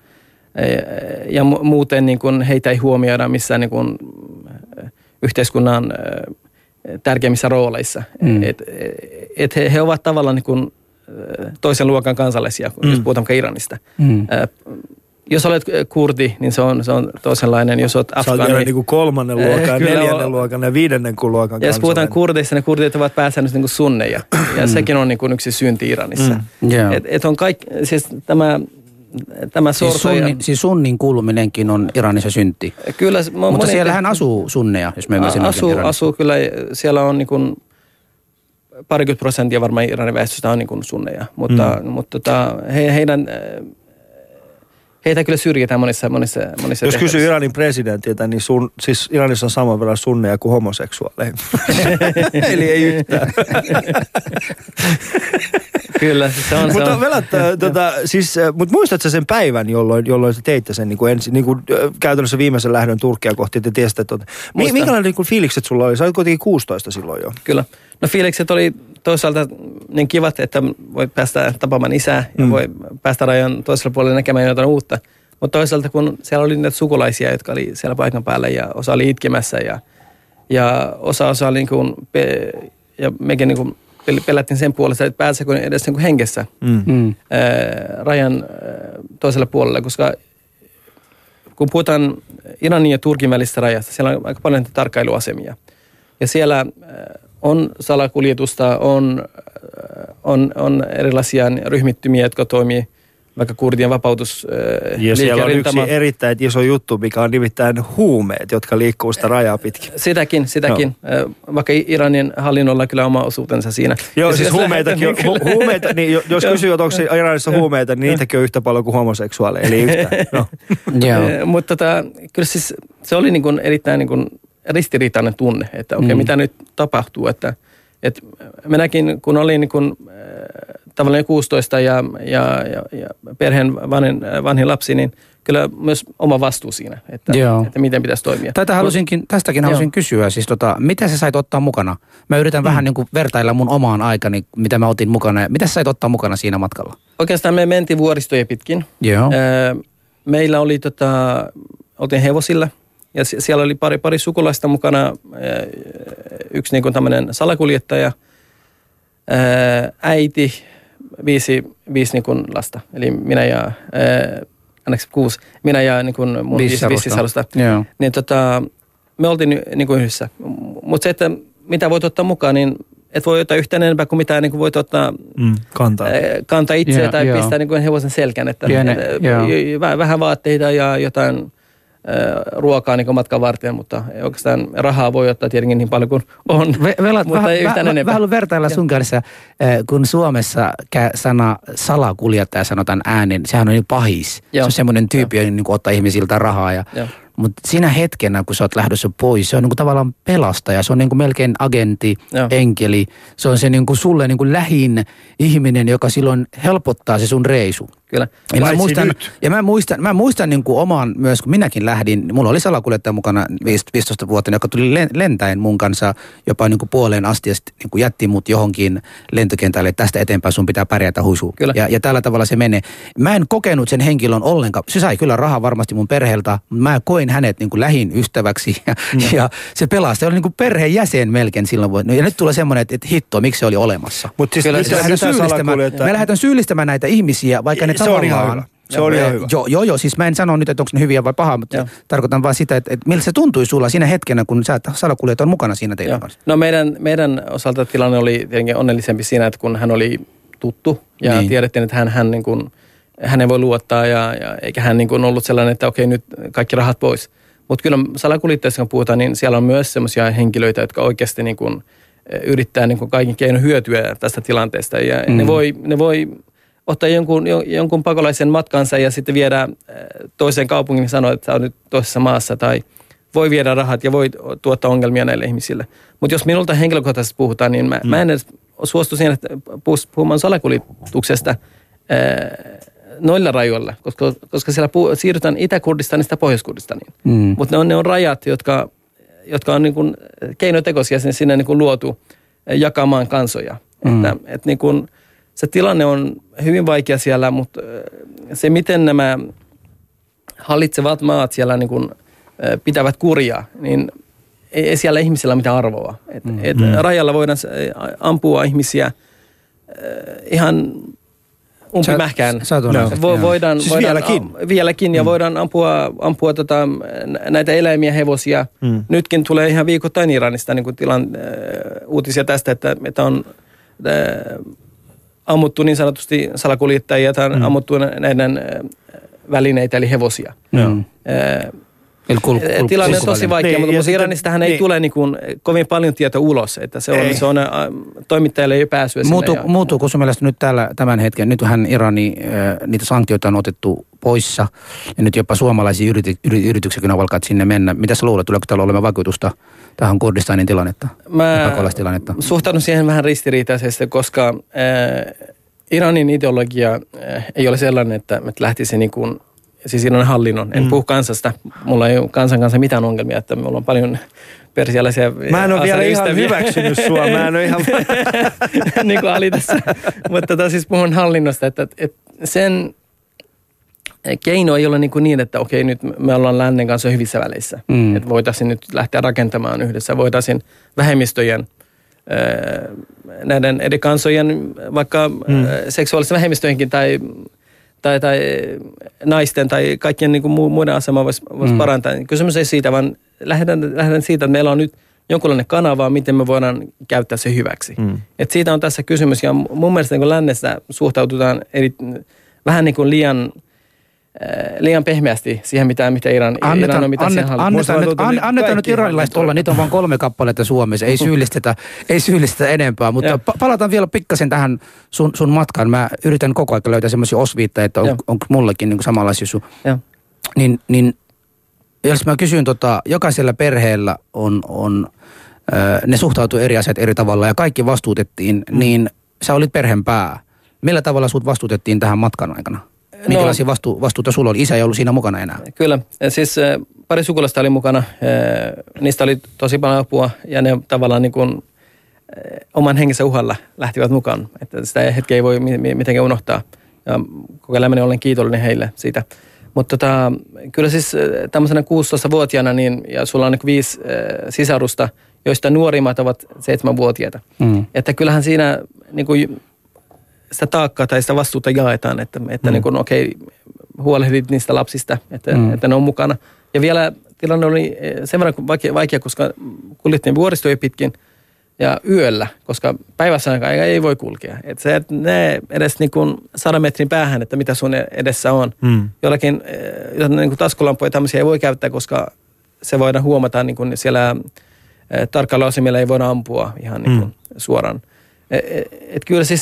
Ja muuten niin kuin heitä ei huomioida missään niin kuin yhteiskunnan tärkeimmissä rooleissa. He ovat tavallaan niin kuin toisen luokan kansalaisia, jos puhutaan Iranista. Jos olet kurdi, niin se on toisenlainen. Jos olet afgaani... Sä olet vielä niin kuin 3. luokan, 4. luokan ja 5. luokan kansalainen. Ja jos puhutaan kurdeista, ne kurdit ovat pääsäännössä niin kuin sunneja. Ja sekin on niin kuin yksi synti Iranissa. Et on kaikki, siis tämä siis sunnin kuuluminenkin on Iranissa synti. Kyllä. Mutta siellähän asuu sunneja, jos me ymmärsimme asuu kyllä. Siellä on niin kuin 20% varmaan Iranin väestöstä on niin kuin sunneja. Mutta heitä kyllä syrjitään monissa Jos kysyy Iranin presidentiltä, niin siis Iranissa on saman verran sunneja kuin homoseksuaaleja. Eli ei yhtään. Kyllä, se on. Mutta muistatko sen päivän, jolloin sä teitte sen niin kuin käytännössä viimeisen lähdön Turkkia kohti, että tiesit, että minkälainen niin fiilikset sulla oli? Sä olit kuitenkin 16 silloin jo. Kyllä. No fiilikset oli toisaalta niin kivat, että voi päästä tapaamaan isää ja voi päästä rajan toisella puolella näkemään jotain uutta. Mutta toisaalta kun siellä oli näitä sukulaisia, jotka oli siellä paikan päällä ja osa oli itkemässä ja osa oli niin kuin, ja mekin niin kuin pelättiin sen puolesta, että pääsekö edes niin kuin hengessä rajan toiselle puolelle, koska kun puhutaan Iranin ja Turkin välistä rajasta, siellä on aika paljon tarkkailuasemia. Ja siellä on salakuljetusta, on erilaisia ryhmittymiä, jotka toimii vaikka kurdien vapautus ja siellä on yksi erittäin iso juttu, mikä on nimittäin huumeet, jotka liikkuu sitä rajaa pitkin. Sitäkin. Vaikka Iranin hallinnolla kyllä oma osuutensa siinä. Joo, siis huumeita, niin jos kysyy, että onko Iranissa huumeita, niin niitäkin on yhtä paljon kuin homoseksuaaleja, eli yhtään. No. Mutta kyllä siis se oli niin kuin erittäin niin kuin ristiriitainen tunne, että okei, mitä nyt tapahtuu, että minäkin kun olin niin kuin tavallaan 16 ja perheen vanhin lapsi, niin kyllä myös oma vastuu siinä, että miten pitäisi toimia. Tästäkin halusin kysyä, siis mitä sä sait ottaa mukana? Mä yritän vähän niin kuin vertailla mun omaan aikani, mitä mä otin mukana. Mitä sä sait ottaa mukana siinä matkalla? Oikeastaan me mentiin vuoristoja pitkin. Joo. Meillä oli oltiin hevosilla ja siellä oli pari sukulaista mukana. Yksi niin kuin tämmöinen salakuljettaja, äiti, viisi niin kuin lasta, eli minä ja 6, minä ja niin kuin mun 5 sisarusta. Niin me oltiin niin kuin yhdessä. Mutta se, että mitä voit ottaa mukaan, niin et voi ottaa yhtään enempää kuin mitä niin kuin voit ottaa kantaa itse tai pistää niin kuin hevosen selkän. Että vähän vaatteita ja jotain ruokaa niin matkan varten, mutta oikeastaan rahaa voi ottaa tietenkin niin paljon kuin on, mutta ei yhtään enempää. Vähän vertailla sun kanssa, kun Suomessa sana salakuljettaja sanotaan äänen, sehän on niin pahis. Se on semmoinen tyyppi, joka niin ottaa ihmisiltä rahaa. Mutta siinä hetkenä, kun sä oot lähdössä pois, se on niin kuin tavallaan pelastaja. Se on niin kuin melkein agentti, enkeli. Se on se niin kuin sulle niin kuin lähin ihminen, joka silloin helpottaa se sun reisu. Kyllä. Mä muistan niin kuin oman myös, kun minäkin lähdin, mulla oli salakuljettaja mukana 15 vuotta, joka tuli lentäen mun kanssa jopa niin kuin puoleen asti ja sitten niin kuin jätti mut johonkin lentokentälle, että tästä eteenpäin sun pitää pärjätä husu. Ja tällä tavalla se menee. Mä en kokenut sen henkilön ollenkaan. Se sai kyllä rahaa varmasti mun perheeltä, mutta mä koin hänet niin kuin lähin ystäväksi ja se pelasti. Se oli niin kuin perheen jäsen melkein silloin. Ja nyt tulee semmoinen, että hitto, miksi se oli olemassa. Mutta siis me lähdetään syyllistämään näitä ihmisiä, vaikka ne se on ihan hyvä. Se on ihan hyvä. Joo, siis mä en sano nyt, että onko ne hyviä vai pahaa, mutta tarkoitan vaan sitä, että miltä se tuntui sulla siinä hetkenä, kun sä salakuljetat on mukana siinä teidän kanssa. No meidän osalta tilanne oli tietenkin onnellisempi siinä, että kun hän oli tuttu ja tiedettiin, että hän niin kuin, hänen voi luottaa ja eikä hän niin kuin ollut sellainen, että okei nyt kaikki rahat pois. Mutta kyllä salakuljettajista kun puhutaan, niin siellä on myös sellaisia henkilöitä, jotka oikeasti niin kuin yrittää niin kuin kaikin keinoin hyötyä tästä tilanteesta ja ne voi ottaa jonkun pakolaisen matkansa ja sitten viedä toiseen kaupungin ja sanoa, että sä oot nyt toisessa maassa tai voi viedä rahat ja voi tuottaa ongelmia näille ihmisille. Mutta jos minulta henkilökohtaisesti puhutaan, niin mä en edes suostu siihen, että puhumaan salakuljetuksesta noilla rajoilla, koska siellä siirrytään Itä-Kurdistanista Pohjois-Kurdistaniin. Mutta ne on rajat, jotka on niin kuin keinotekoisia sinne niin kuin luotu jakamaan kansoja. Että niin kuin se tilanne on hyvin vaikea siellä, mutta se miten nämä hallitsevat maat siellä niin kuin pitävät kurjaa, niin ei siellä ihmisillä ole mitään arvoa. Rajalla voidaan ampua ihmisiä ihan umpimähkään. Voidaan vieläkin ja voidaan ampua näitä eläimiä, hevosia. Nytkin tulee ihan viikoittain Iranista niin kuin uutisia tästä, että on ammuttu niin sanotusti salakuljettajia tai ammuttu näiden välineitä eli hevosia. Tilanne on tosi vaikea, mutta Iranistahan ei tule niin kuin kovin paljon tietoa ulos, että se on toimittajille ei pääsyä sinne. Muuttuuko sun mielestä nyt tämän hetken, nythän Irani, niitä sanktioita on otettu poissa ja nyt jopa suomalaisia yrityksiä kun alkaa sinne mennä. Mitä sä luulet, tuleeko täällä olemaan vaikutusta tähän Kurdistanin tilannetta? Pakolaistilannetta? Suhtaudun siihen vähän ristiriitaisesti, koska Iranin ideologia ei ole sellainen, että lähtisi niin kuin siis Iranin hallinnon. En puhu kansasta. Mulla ei ole kansan kanssa mitään ongelmia, että mulla on paljon persialaisia mä en ole vielä ihan hyväksynyt sua. Mä en ole ihan niin kuin Ali tässä. Mutta siis puhun hallinnosta, että sen keino ei ole niin että okei, nyt me ollaan lännen kanssa hyvissä väleissä. Että voitaisiin nyt lähteä rakentamaan yhdessä. Voitaisiin vähemmistöjen, näiden eri kansojen, vaikka seksuaalisten vähemmistöjenkin tai naisten tai kaikkien niin kuin muiden asemaa voisi parantaa. Kysymys ei siitä, vaan lähdetään siitä, että meillä on nyt jonkunlainen kanava, miten me voidaan käyttää se hyväksi. Et siitä on tässä kysymys, ja mun mielestä niin lännessä suhtaututaan vähän niin kuin liian pehmeästi siihen, mitä Iran on, mitä siihen haluaa. Annetaan nyt iranilaiset olla, niitä on vain 3 kappaletta Suomessa, ei syyllistetä enempää, mutta palataan vielä pikkasen tähän sun matkaan. Mä yritän koko ajan löytää semmoisia osviittaa, että onko mullakin niin samanlaisia sun. Niin jos mä kysyn, jokaisella perheellä on ne suhtautuu eri asiat eri tavalla ja kaikki vastuutettiin, niin sä olit perheen pää. Millä tavalla sut vastuutettiin tähän matkan aikana? Minkälaisia vastuuta sulla oli? Isä ei ollut siinä mukana enää. Kyllä. Siis pari sukulaista oli mukana. Niistä oli tosi paljon apua ja ne tavallaan niin kuin oman hengessä uhalla lähtivät mukaan. Että sitä hetkeä ei voi mitenkään unohtaa. Ja koko elämäni olen kiitollinen heille siitä. Mutta kyllä siis tämmöisenä 16-vuotiaana niin, ja sulla on niin 5 sisarusta, joista nuorimmat ovat 7-vuotiaita. Että kyllähän siinä niin kuin sitä taakkaa tai sitä vastuuta jaetaan, että niin kuin, huolehdit niistä lapsista, että ne on mukana. Ja vielä tilanne oli sen verran vaikea, koska kuljettiin vuoristoja pitkin ja yöllä, koska päivässä ei voi kulkea. Että se ne edes niin kuin 100 metrin päähän, että mitä sun edessä on. Jollakin niin kuin taskulampuja tämmöisiä ei voi käyttää, koska se voidaan huomata niin kuin siellä tarkkailuasemilla ei voida ampua ihan niin kuin suoraan. Et kyllä siis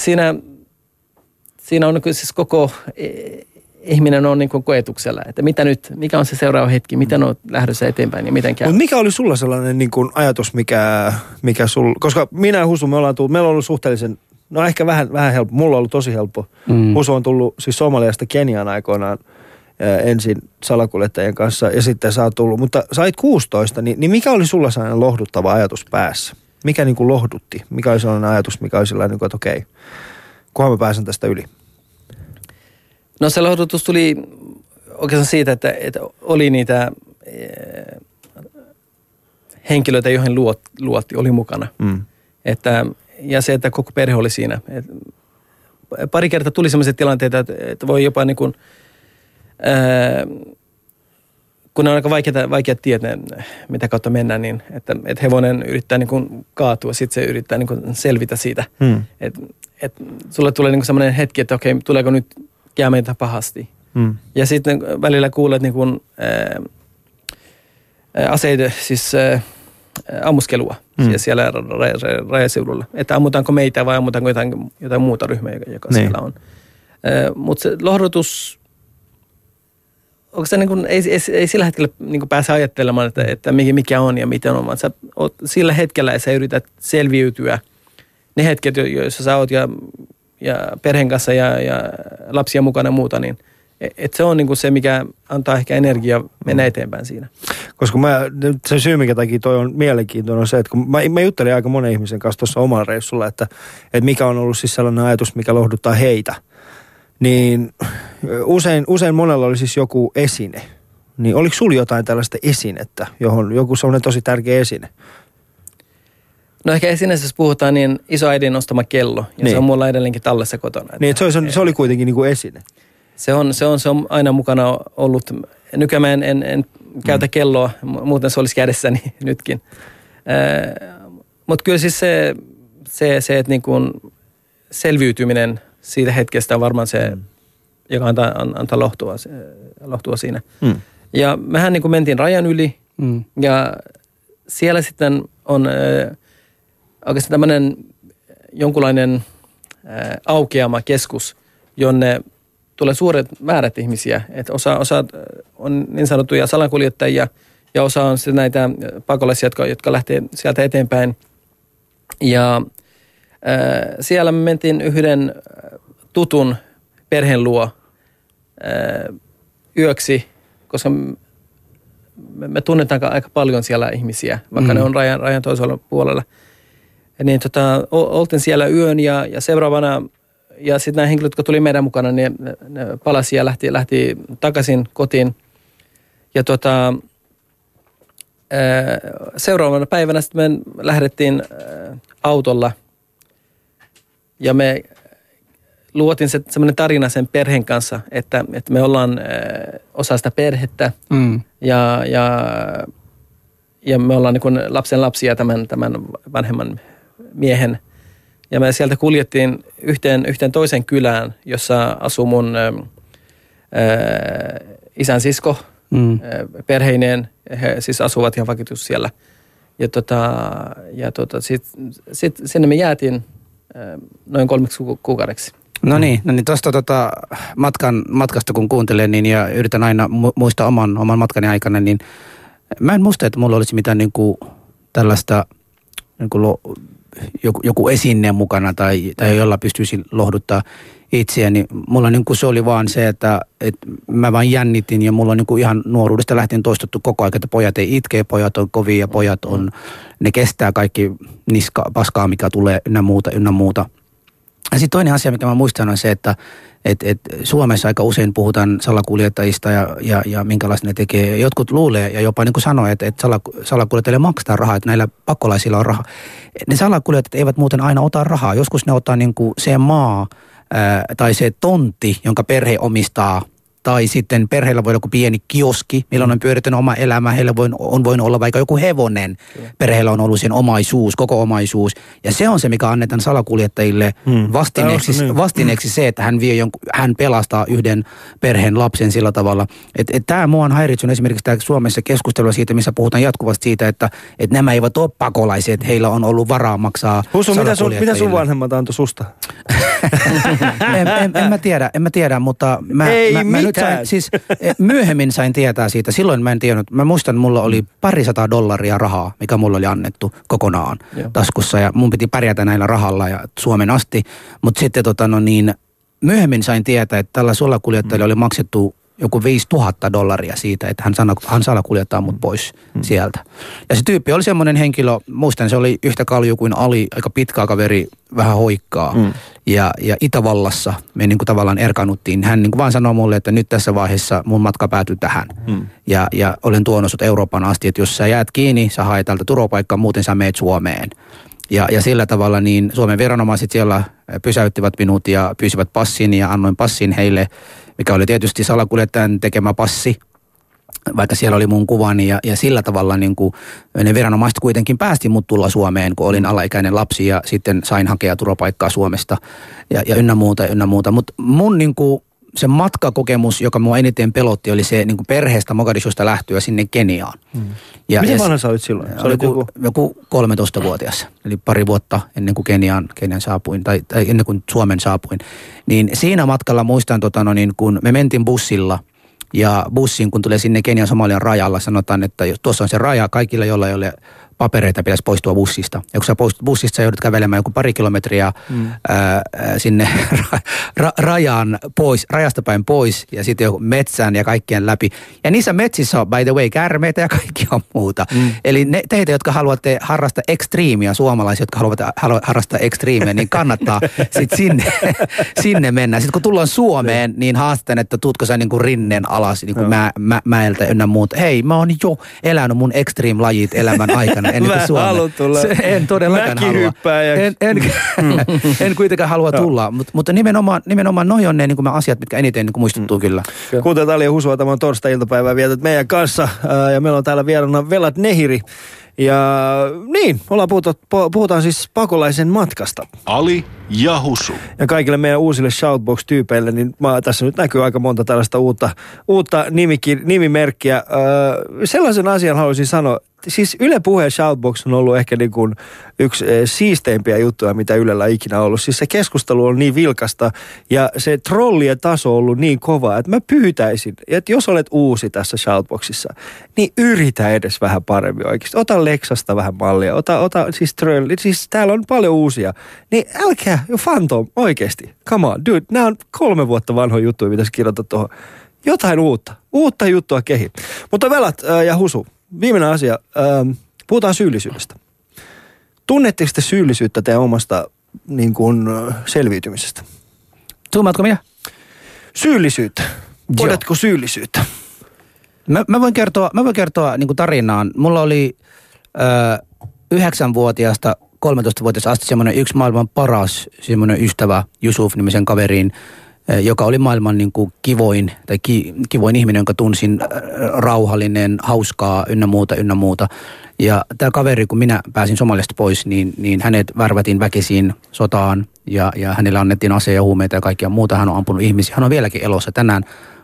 siinä on siis koko ihminen on niin kuin koetuksella, että mikä on se seuraava hetki, miten on lähdössä eteenpäin ja miten käy. Mutta mikä oli sulla sellainen niin kuin ajatus, mikä sulla, koska minä ja Husu, meillä on ollut suhteellisen, no ehkä vähän helppo, mulla on ollut tosi helppo. Husu on tullut siis Somaliasta Keniaan aikoinaan ensin salakuljettajien kanssa ja sitten sä oot tullut, mutta sä olit 16, niin mikä oli sulla sellainen lohduttava ajatus päässä? Mikä niin kuin lohdutti? Mikä oli sellainen ajatus, mikä oli sellainen, että okei, kunhan mä pääsen tästä yli? No se lohdutus tuli oikeastaan siitä, että oli niitä henkilöitä, joihin luotti, oli mukana. Ja se, että koko perhe oli siinä. Pari kertaa tuli sellaisia tilanteita, että voi jopa niin kuin, kun on aika vaikeat tiet, mitä kautta mennään, niin että hevonen yrittää niin kuin kaatua, sitten se yrittää niin kuin selvitä siitä. Että sulle tulee niin kuin sellainen hetki, että okei, tuleeko nyt käy meitä pahasti. Ja sitten välillä kuulet niin kuin, aseiden, siis ammuskelua siellä rajaseudulla. Että ammutaanko meitä vai ammutaanko jotain muuta ryhmää, joka siellä on. Mutta se lohdutus, onko se niin kuin, ei sillä hetkellä niin kuin pääse ajattelemaan, että mikä on ja miten on, vaan sä oot sillä hetkellä ja sä yrität selviytyä. Ne hetket, joissa sä oot ja perheen kanssa ja lapsia mukana ja muuta, niin että se on niin kuin se, mikä antaa ehkä energiaa mennä eteenpäin siinä. Koska se syy, mikä takia toi on mielenkiintoinen, on se, että kun mä juttelin aika monen ihmisen kanssa tuossa omalla reissulla, että mikä on ollut siis sellainen ajatus, mikä lohduttaa heitä, niin usein monella oli siis joku esine. Niin oliko sulla jotain tällaista esinettä, johon joku sellainen tosi tärkeä esine? No ehkä esineessä, jos puhutaan, niin isoäidin ostama kello. Ja se on mulla edelleenkin tallessa kotona. Niin, että se oli kuitenkin niin kuin esine. Se on aina mukana ollut. Nykyään mä en käytä kelloa, muuten se olisi kädessäni nytkin. Mutta kyllä siis se että niin kuin selviytyminen siitä hetkestä on varmaan se, joka antaa lohtua siinä. Ja mehän niin kuin mentiin rajan yli ja siellä sitten on oikeastaan tämmöinen jonkunlainen aukeama keskus, jonne tulee suuret määrät ihmisiä. Että osa on niin sanottuja salakuljettajia ja osa on sitten näitä pakolaisia, jotka lähtee sieltä eteenpäin. Ja siellä me mentiin yhden tutun perheen luo yöksi, koska me tunnetaan aika paljon siellä ihmisiä, vaikka ne on rajan toisella puolella. Ja niin oltiin siellä yön ja seuraavana, ja sitten nämä henkilöt, jotka tuli meidän mukana, ne palasi ja lähti takaisin kotiin. Ja seuraavana päivänä sitten me lähdettiin autolla ja me luotiin semmoinen tarina sen perheen kanssa, että me ollaan osa sitä perhettä ja me ollaan niin kuin lapsen lapsia tämän vanhemman miehen. Ja me sieltä kuljettiin yhteen toisen kylään, jossa asuu mun isän sisko perheineen. He siis asuvat ihan vakituisesti siellä. Ja sit sinne me jäätiin noin 3 kuukaudeksi. No niin tuosta matkasta kun kuuntelen niin, ja yritän aina muistaa oman matkani aikana, niin mä en muista, että mulla olisi mitään niin kuin tällaista niin kuin joku esine mukana tai jolla pystyisin lohduttaa itseäni. Mulla niin kuin se oli vaan se, että mä vaan jännitin ja mulla on niin kuin ihan nuoruudesta lähtien toistettu koko ajan, että pojat ei itke, pojat on kovia ja pojat on, ne kestää kaikki paskaa, mikä tulee ynnä muuta. Ja sitten toinen asia, mikä mä muistan, on se, että Suomessa aika usein puhutaan salakuljettajista ja minkälaista ne tekee. Jotkut luulee ja jopa niin kuin sanoo, että salakuljettajille maksetaan rahaa, että näillä pakolaisilla on rahaa. Ne salakuljettajat eivät muuten aina ota rahaa. Joskus ne ottaa niin kuin se maa tai se tontti, jonka perhe omistaa. Tai sitten perheellä voi olla joku pieni kioski, milloin on pyörittänyt oma elämä. Heillä on voinut olla vaikka joku hevonen. Perheellä on ollut sen omaisuus, koko omaisuus. Ja se on se, mikä annetaan salakuljettajille vastineeksi se, että hän pelastaa yhden perheen lapsen sillä tavalla. Tämä mua on häiritsynyt esimerkiksi täällä Suomessa keskustelua siitä, missä puhutaan jatkuvasti siitä, että nämä eivät ole pakolaisia, että heillä on ollut varaa maksaa salakuljettajille. Mitä sun vanhemmat antoi susta? En mä tiedä, mutta mä nyt myöhemmin sain tietää siitä. Silloin mä en tiennyt. Mä muistan, mulla oli $200 rahaa, mikä mulla oli annettu kokonaan taskussa. Ja mun piti pärjätä näillä rahalla ja Suomen asti. Mutta sitten myöhemmin sain tietää, että tällä salakuljettajalla oli maksettu joku $5,000 siitä, että hän salakuljettaa mut pois sieltä. Ja se tyyppi oli semmoinen henkilö, muistan se oli yhtä kalju kuin Ali, aika pitkä kaveri, vähän hoikkaa. Ja Itävallassa me niin kuin tavallaan erkanuttiin. Hän niin kuin vaan sanoi mulle, että nyt tässä vaiheessa mun matka päätyy tähän. Ja olen tuonut sut Euroopan asti, että jos sä jäät kiinni, sä haet täältä turvapaikkaa, muuten sä meet Suomeen. Ja sillä tavalla niin Suomen viranomaiset siellä pysäyttivät minut ja pyysivät passin ja annoin passin heille, mikä oli tietysti salakuljettajan tekemä passi, vaikka siellä oli mun kuvani ja sillä tavalla niin kuin ne viranomaiset kuitenkin päästi mut tulla Suomeen, kun olin alaikäinen lapsi ja sitten sain hakea turvapaikkaa Suomesta ja ynnä muuta. Mutta mun niin kuin se matkakokemus, joka mua eniten pelotti, oli se niin kuin perheestä Mogadishusta lähtöä sinne Keniaan. Miten vanha sä olit silloin? Se oli joku 13-vuotias, eli pari vuotta ennen kuin Keniaan saapuin, tai ennen kuin Suomen saapuin. Niin siinä matkalla muistan, kun me mentiin bussilla, ja bussin, kun tulee sinne Kenian Somalian rajalla, sanotaan, että tuossa on se raja kaikilla, joilla ei ole papereita, pitäisi poistua bussista. Ja kun sä poistut bussista, sä joudut kävelemään joku pari kilometriä sinne rajasta päin pois ja sitten joku metsään ja kaikkien läpi. Ja niissä metsissä on, by the way, käärmeitä ja kaikkia muuta. Eli teitä, jotka haluatte harrastaa ekstriimiä, suomalaisia, jotka haluavat harrastaa ekstriimiä, niin kannattaa sitten sinne mennä. Sitten kun tullaan Suomeen, niin haastan, että tuutko sä niin kuin rinnen alas niin kuin mäeltä ynnä muuta. Hei, mä oon jo elänyt mun extreme-lajit elämän aikana. Mä haluan tulla. En todellakaan halua. En kuitenkaan halua tulla, mutta nimenomaan noi on ne niin asiat, mitkä eniten niin muistuttuu kyllä. Kuuntelut Ali ja Husua, tämä on torstai-iltapäivää vietät meidän kanssa ja meillä on täällä vieraana Velat Nehiri. Ja niin, puhutaan siis pakolaisen matkasta. Ali ja Husu. Ja kaikille meidän uusille Shoutbox-tyypeille, niin tässä nyt näkyy aika monta tällaista uutta nimimerkkiä. Sellaisen asian haluaisin sanoa, siis Yle Puheen Shoutbox on ollut ehkä niin kuin yksi siisteimpiä juttuja, mitä Ylellä on ikinä ollut. Siis se keskustelu on niin vilkasta ja se trollien taso on ollut niin kova, että mä pyytäisin, että jos olet uusi tässä Shoutboxissa, niin yritä edes vähän paremmin oikeasti. Ota Lexasta vähän mallia, ota siis täällä on paljon uusia. Niin älkää, Phantom, oikeasti, come on, dude, nämä on 3 vuotta vanhoja juttuja, mitä sä kirjoitat tuohon. Jotain uutta juttua kehi. Mutta Velat ja Husu, viimeinen asia. Puhutaan syyllisyydestä. Tunnetteko te syyllisyyttä teidän omasta niin kuin, selviytymisestä? Tuumaatko minä? Syyllisyyttä. Podetko syyllisyyttä? Mä voin kertoa niin kuin tarinaan. Mulla oli 9-vuotiaasta 13-vuotiaasta asti semmoinen yksi maailman paras semmoinen ystävä, Yusuf-nimisen kaveriin, joka oli maailman niin kuin kivoin ihminen, jonka tunsin, rauhallinen, hauskaa, ynnä muuta. Ja tämä kaveri, kun minä pääsin Somaliasta pois, niin hänet värvätiin väkisin sotaan ja hänelle annettiin ase ja huumeita ja kaikkia muuta. Hän on ampunut ihmisiä. Hän on vieläkin elossa. Tänään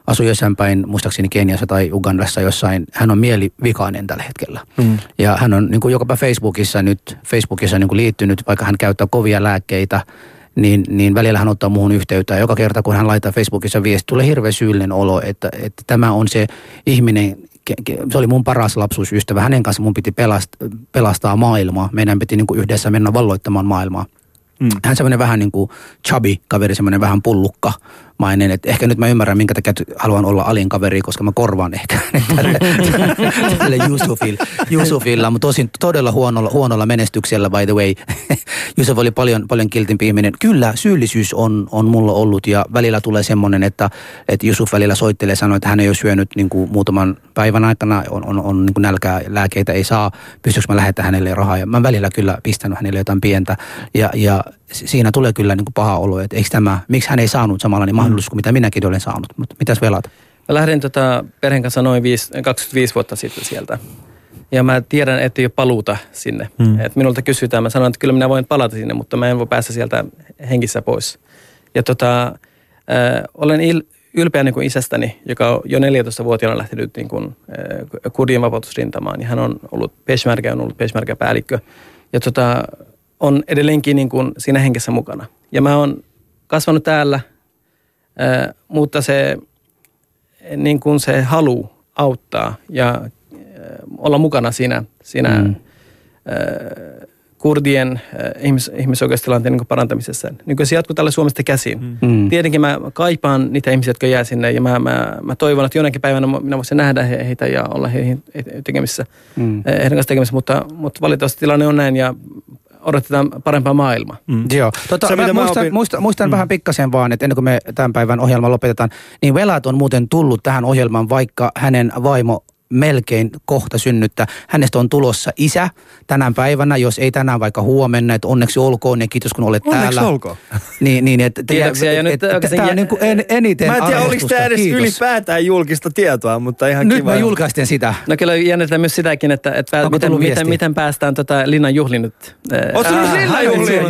asuu jossain päin, muistaakseni Keniassa tai Ugandassa jossain. Hän on mielivikainen tällä hetkellä. Ja hän on niin kuin jokapa Facebookissa niin kuin liittynyt, vaikka hän käyttää kovia lääkkeitä, niin välillä hän ottaa muuhun yhteyttä. Ja joka kerta, kun hän laittaa Facebookissa viesti, tulee hirveän syyllinen olo, että tämä on se ihminen, se oli mun paras lapsuusystävä. Hänen kanssa mun piti pelastaa maailmaa. Meidän piti niin kuin yhdessä mennä valloittamaan maailmaa. Hän semmoinen vähän niin kuin chubby kaveri, semmoinen vähän pullukka-mainen. Että ehkä nyt mä ymmärrän, minkä takia haluan olla Alin kaveri, koska mä korvaan ehkä tälle Yusufilla. Mutta tosin todella huonolla menestyksellä, by the way. Yusuf oli paljon kiltimpi ihminen. Kyllä, syyllisyys on mulla ollut ja välillä tulee semmoinen, että Yusuf välillä soittelee ja sanoo, että hän ei ole syönyt niin kuin muutaman päivän aikana, on niin kuin nälkää, lääkeitä ei saa, pystyykö mä lähettämään hänelle rahaa. Ja mä välillä kyllä pistänyt hänelle jotain pientä ja siinä tulee kyllä niin kuin paha olo, että eikö tämä, miksi hän ei saanut samanlainen mahdollisuus kuin mitä minäkin olen saanut, mutta mitäs velat? Mä lähdin perheen kanssa noin 25 vuotta sitten sieltä. Ja mä tiedän, että ei ole paluuta sinne. Et minulta kysytään, mä sanon, että kyllä minä voin palata sinne, mutta mä en voi päästä sieltä hengissä pois. Ja olen ylpeä niin kuin isästäni, joka on jo 14-vuotiaana lähtenyt niin kuin, kurdien vapautusrintamaan. Ja hän on ollut peshmerga-päällikkö. Ja on edelleenkin niin kuin siinä hengessä mukana. Ja mä oon kasvanut täällä, mutta se, niin kuin se halu auttaa ja olla mukana siinä kurdien ihmisoikeustilanteen niin parantamisessa. Niin kuin se jatkuu tällä Suomesta käsin. Tietenkin mä kaipaan niitä ihmisiä, jotka jää sinne ja mä toivon, että jonakin päivänä minä voisin nähdä heitä ja olla heidän kanssa tekemissä, mutta valitettavasti tilanne on näin ja odotetaan parempaa maailmaa. Joo. Muistan vähän pikkasen vaan, että ennen kuin me tämän päivän ohjelman lopetetaan, niin Velat on muuten tullut tähän ohjelmaan, vaikka hänen vaimo melkein kohta synnyttää. Hänestä on tulossa isä tänään päivänä, jos ei tänään vaikka huomenna, että onneksi olkoon ja kiitos kun olet täällä. Onneksi olkoon. Niin, että tämä on niin kuin eniten mä en tiedä, oliko tämä edes ylipäätään julkista tietoa, mutta ihan nyt kiva. Nyt mä julkaistin sitä. No kyllä jännitetään myös sitäkin, että miten päästään Linnan juhliin nyt. Oletko tullut Linnan juhliin?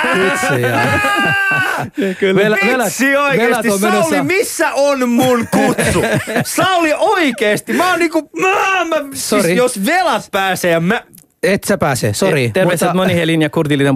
Vitsi oikeesti, Sauli, missä on mun kutsu? Sauli oikeesti, mä oon niinku, siis jos Velat pääsee ja mä... Et sä pääse, sori. Terveiset Monihelin ja Kurdiliiton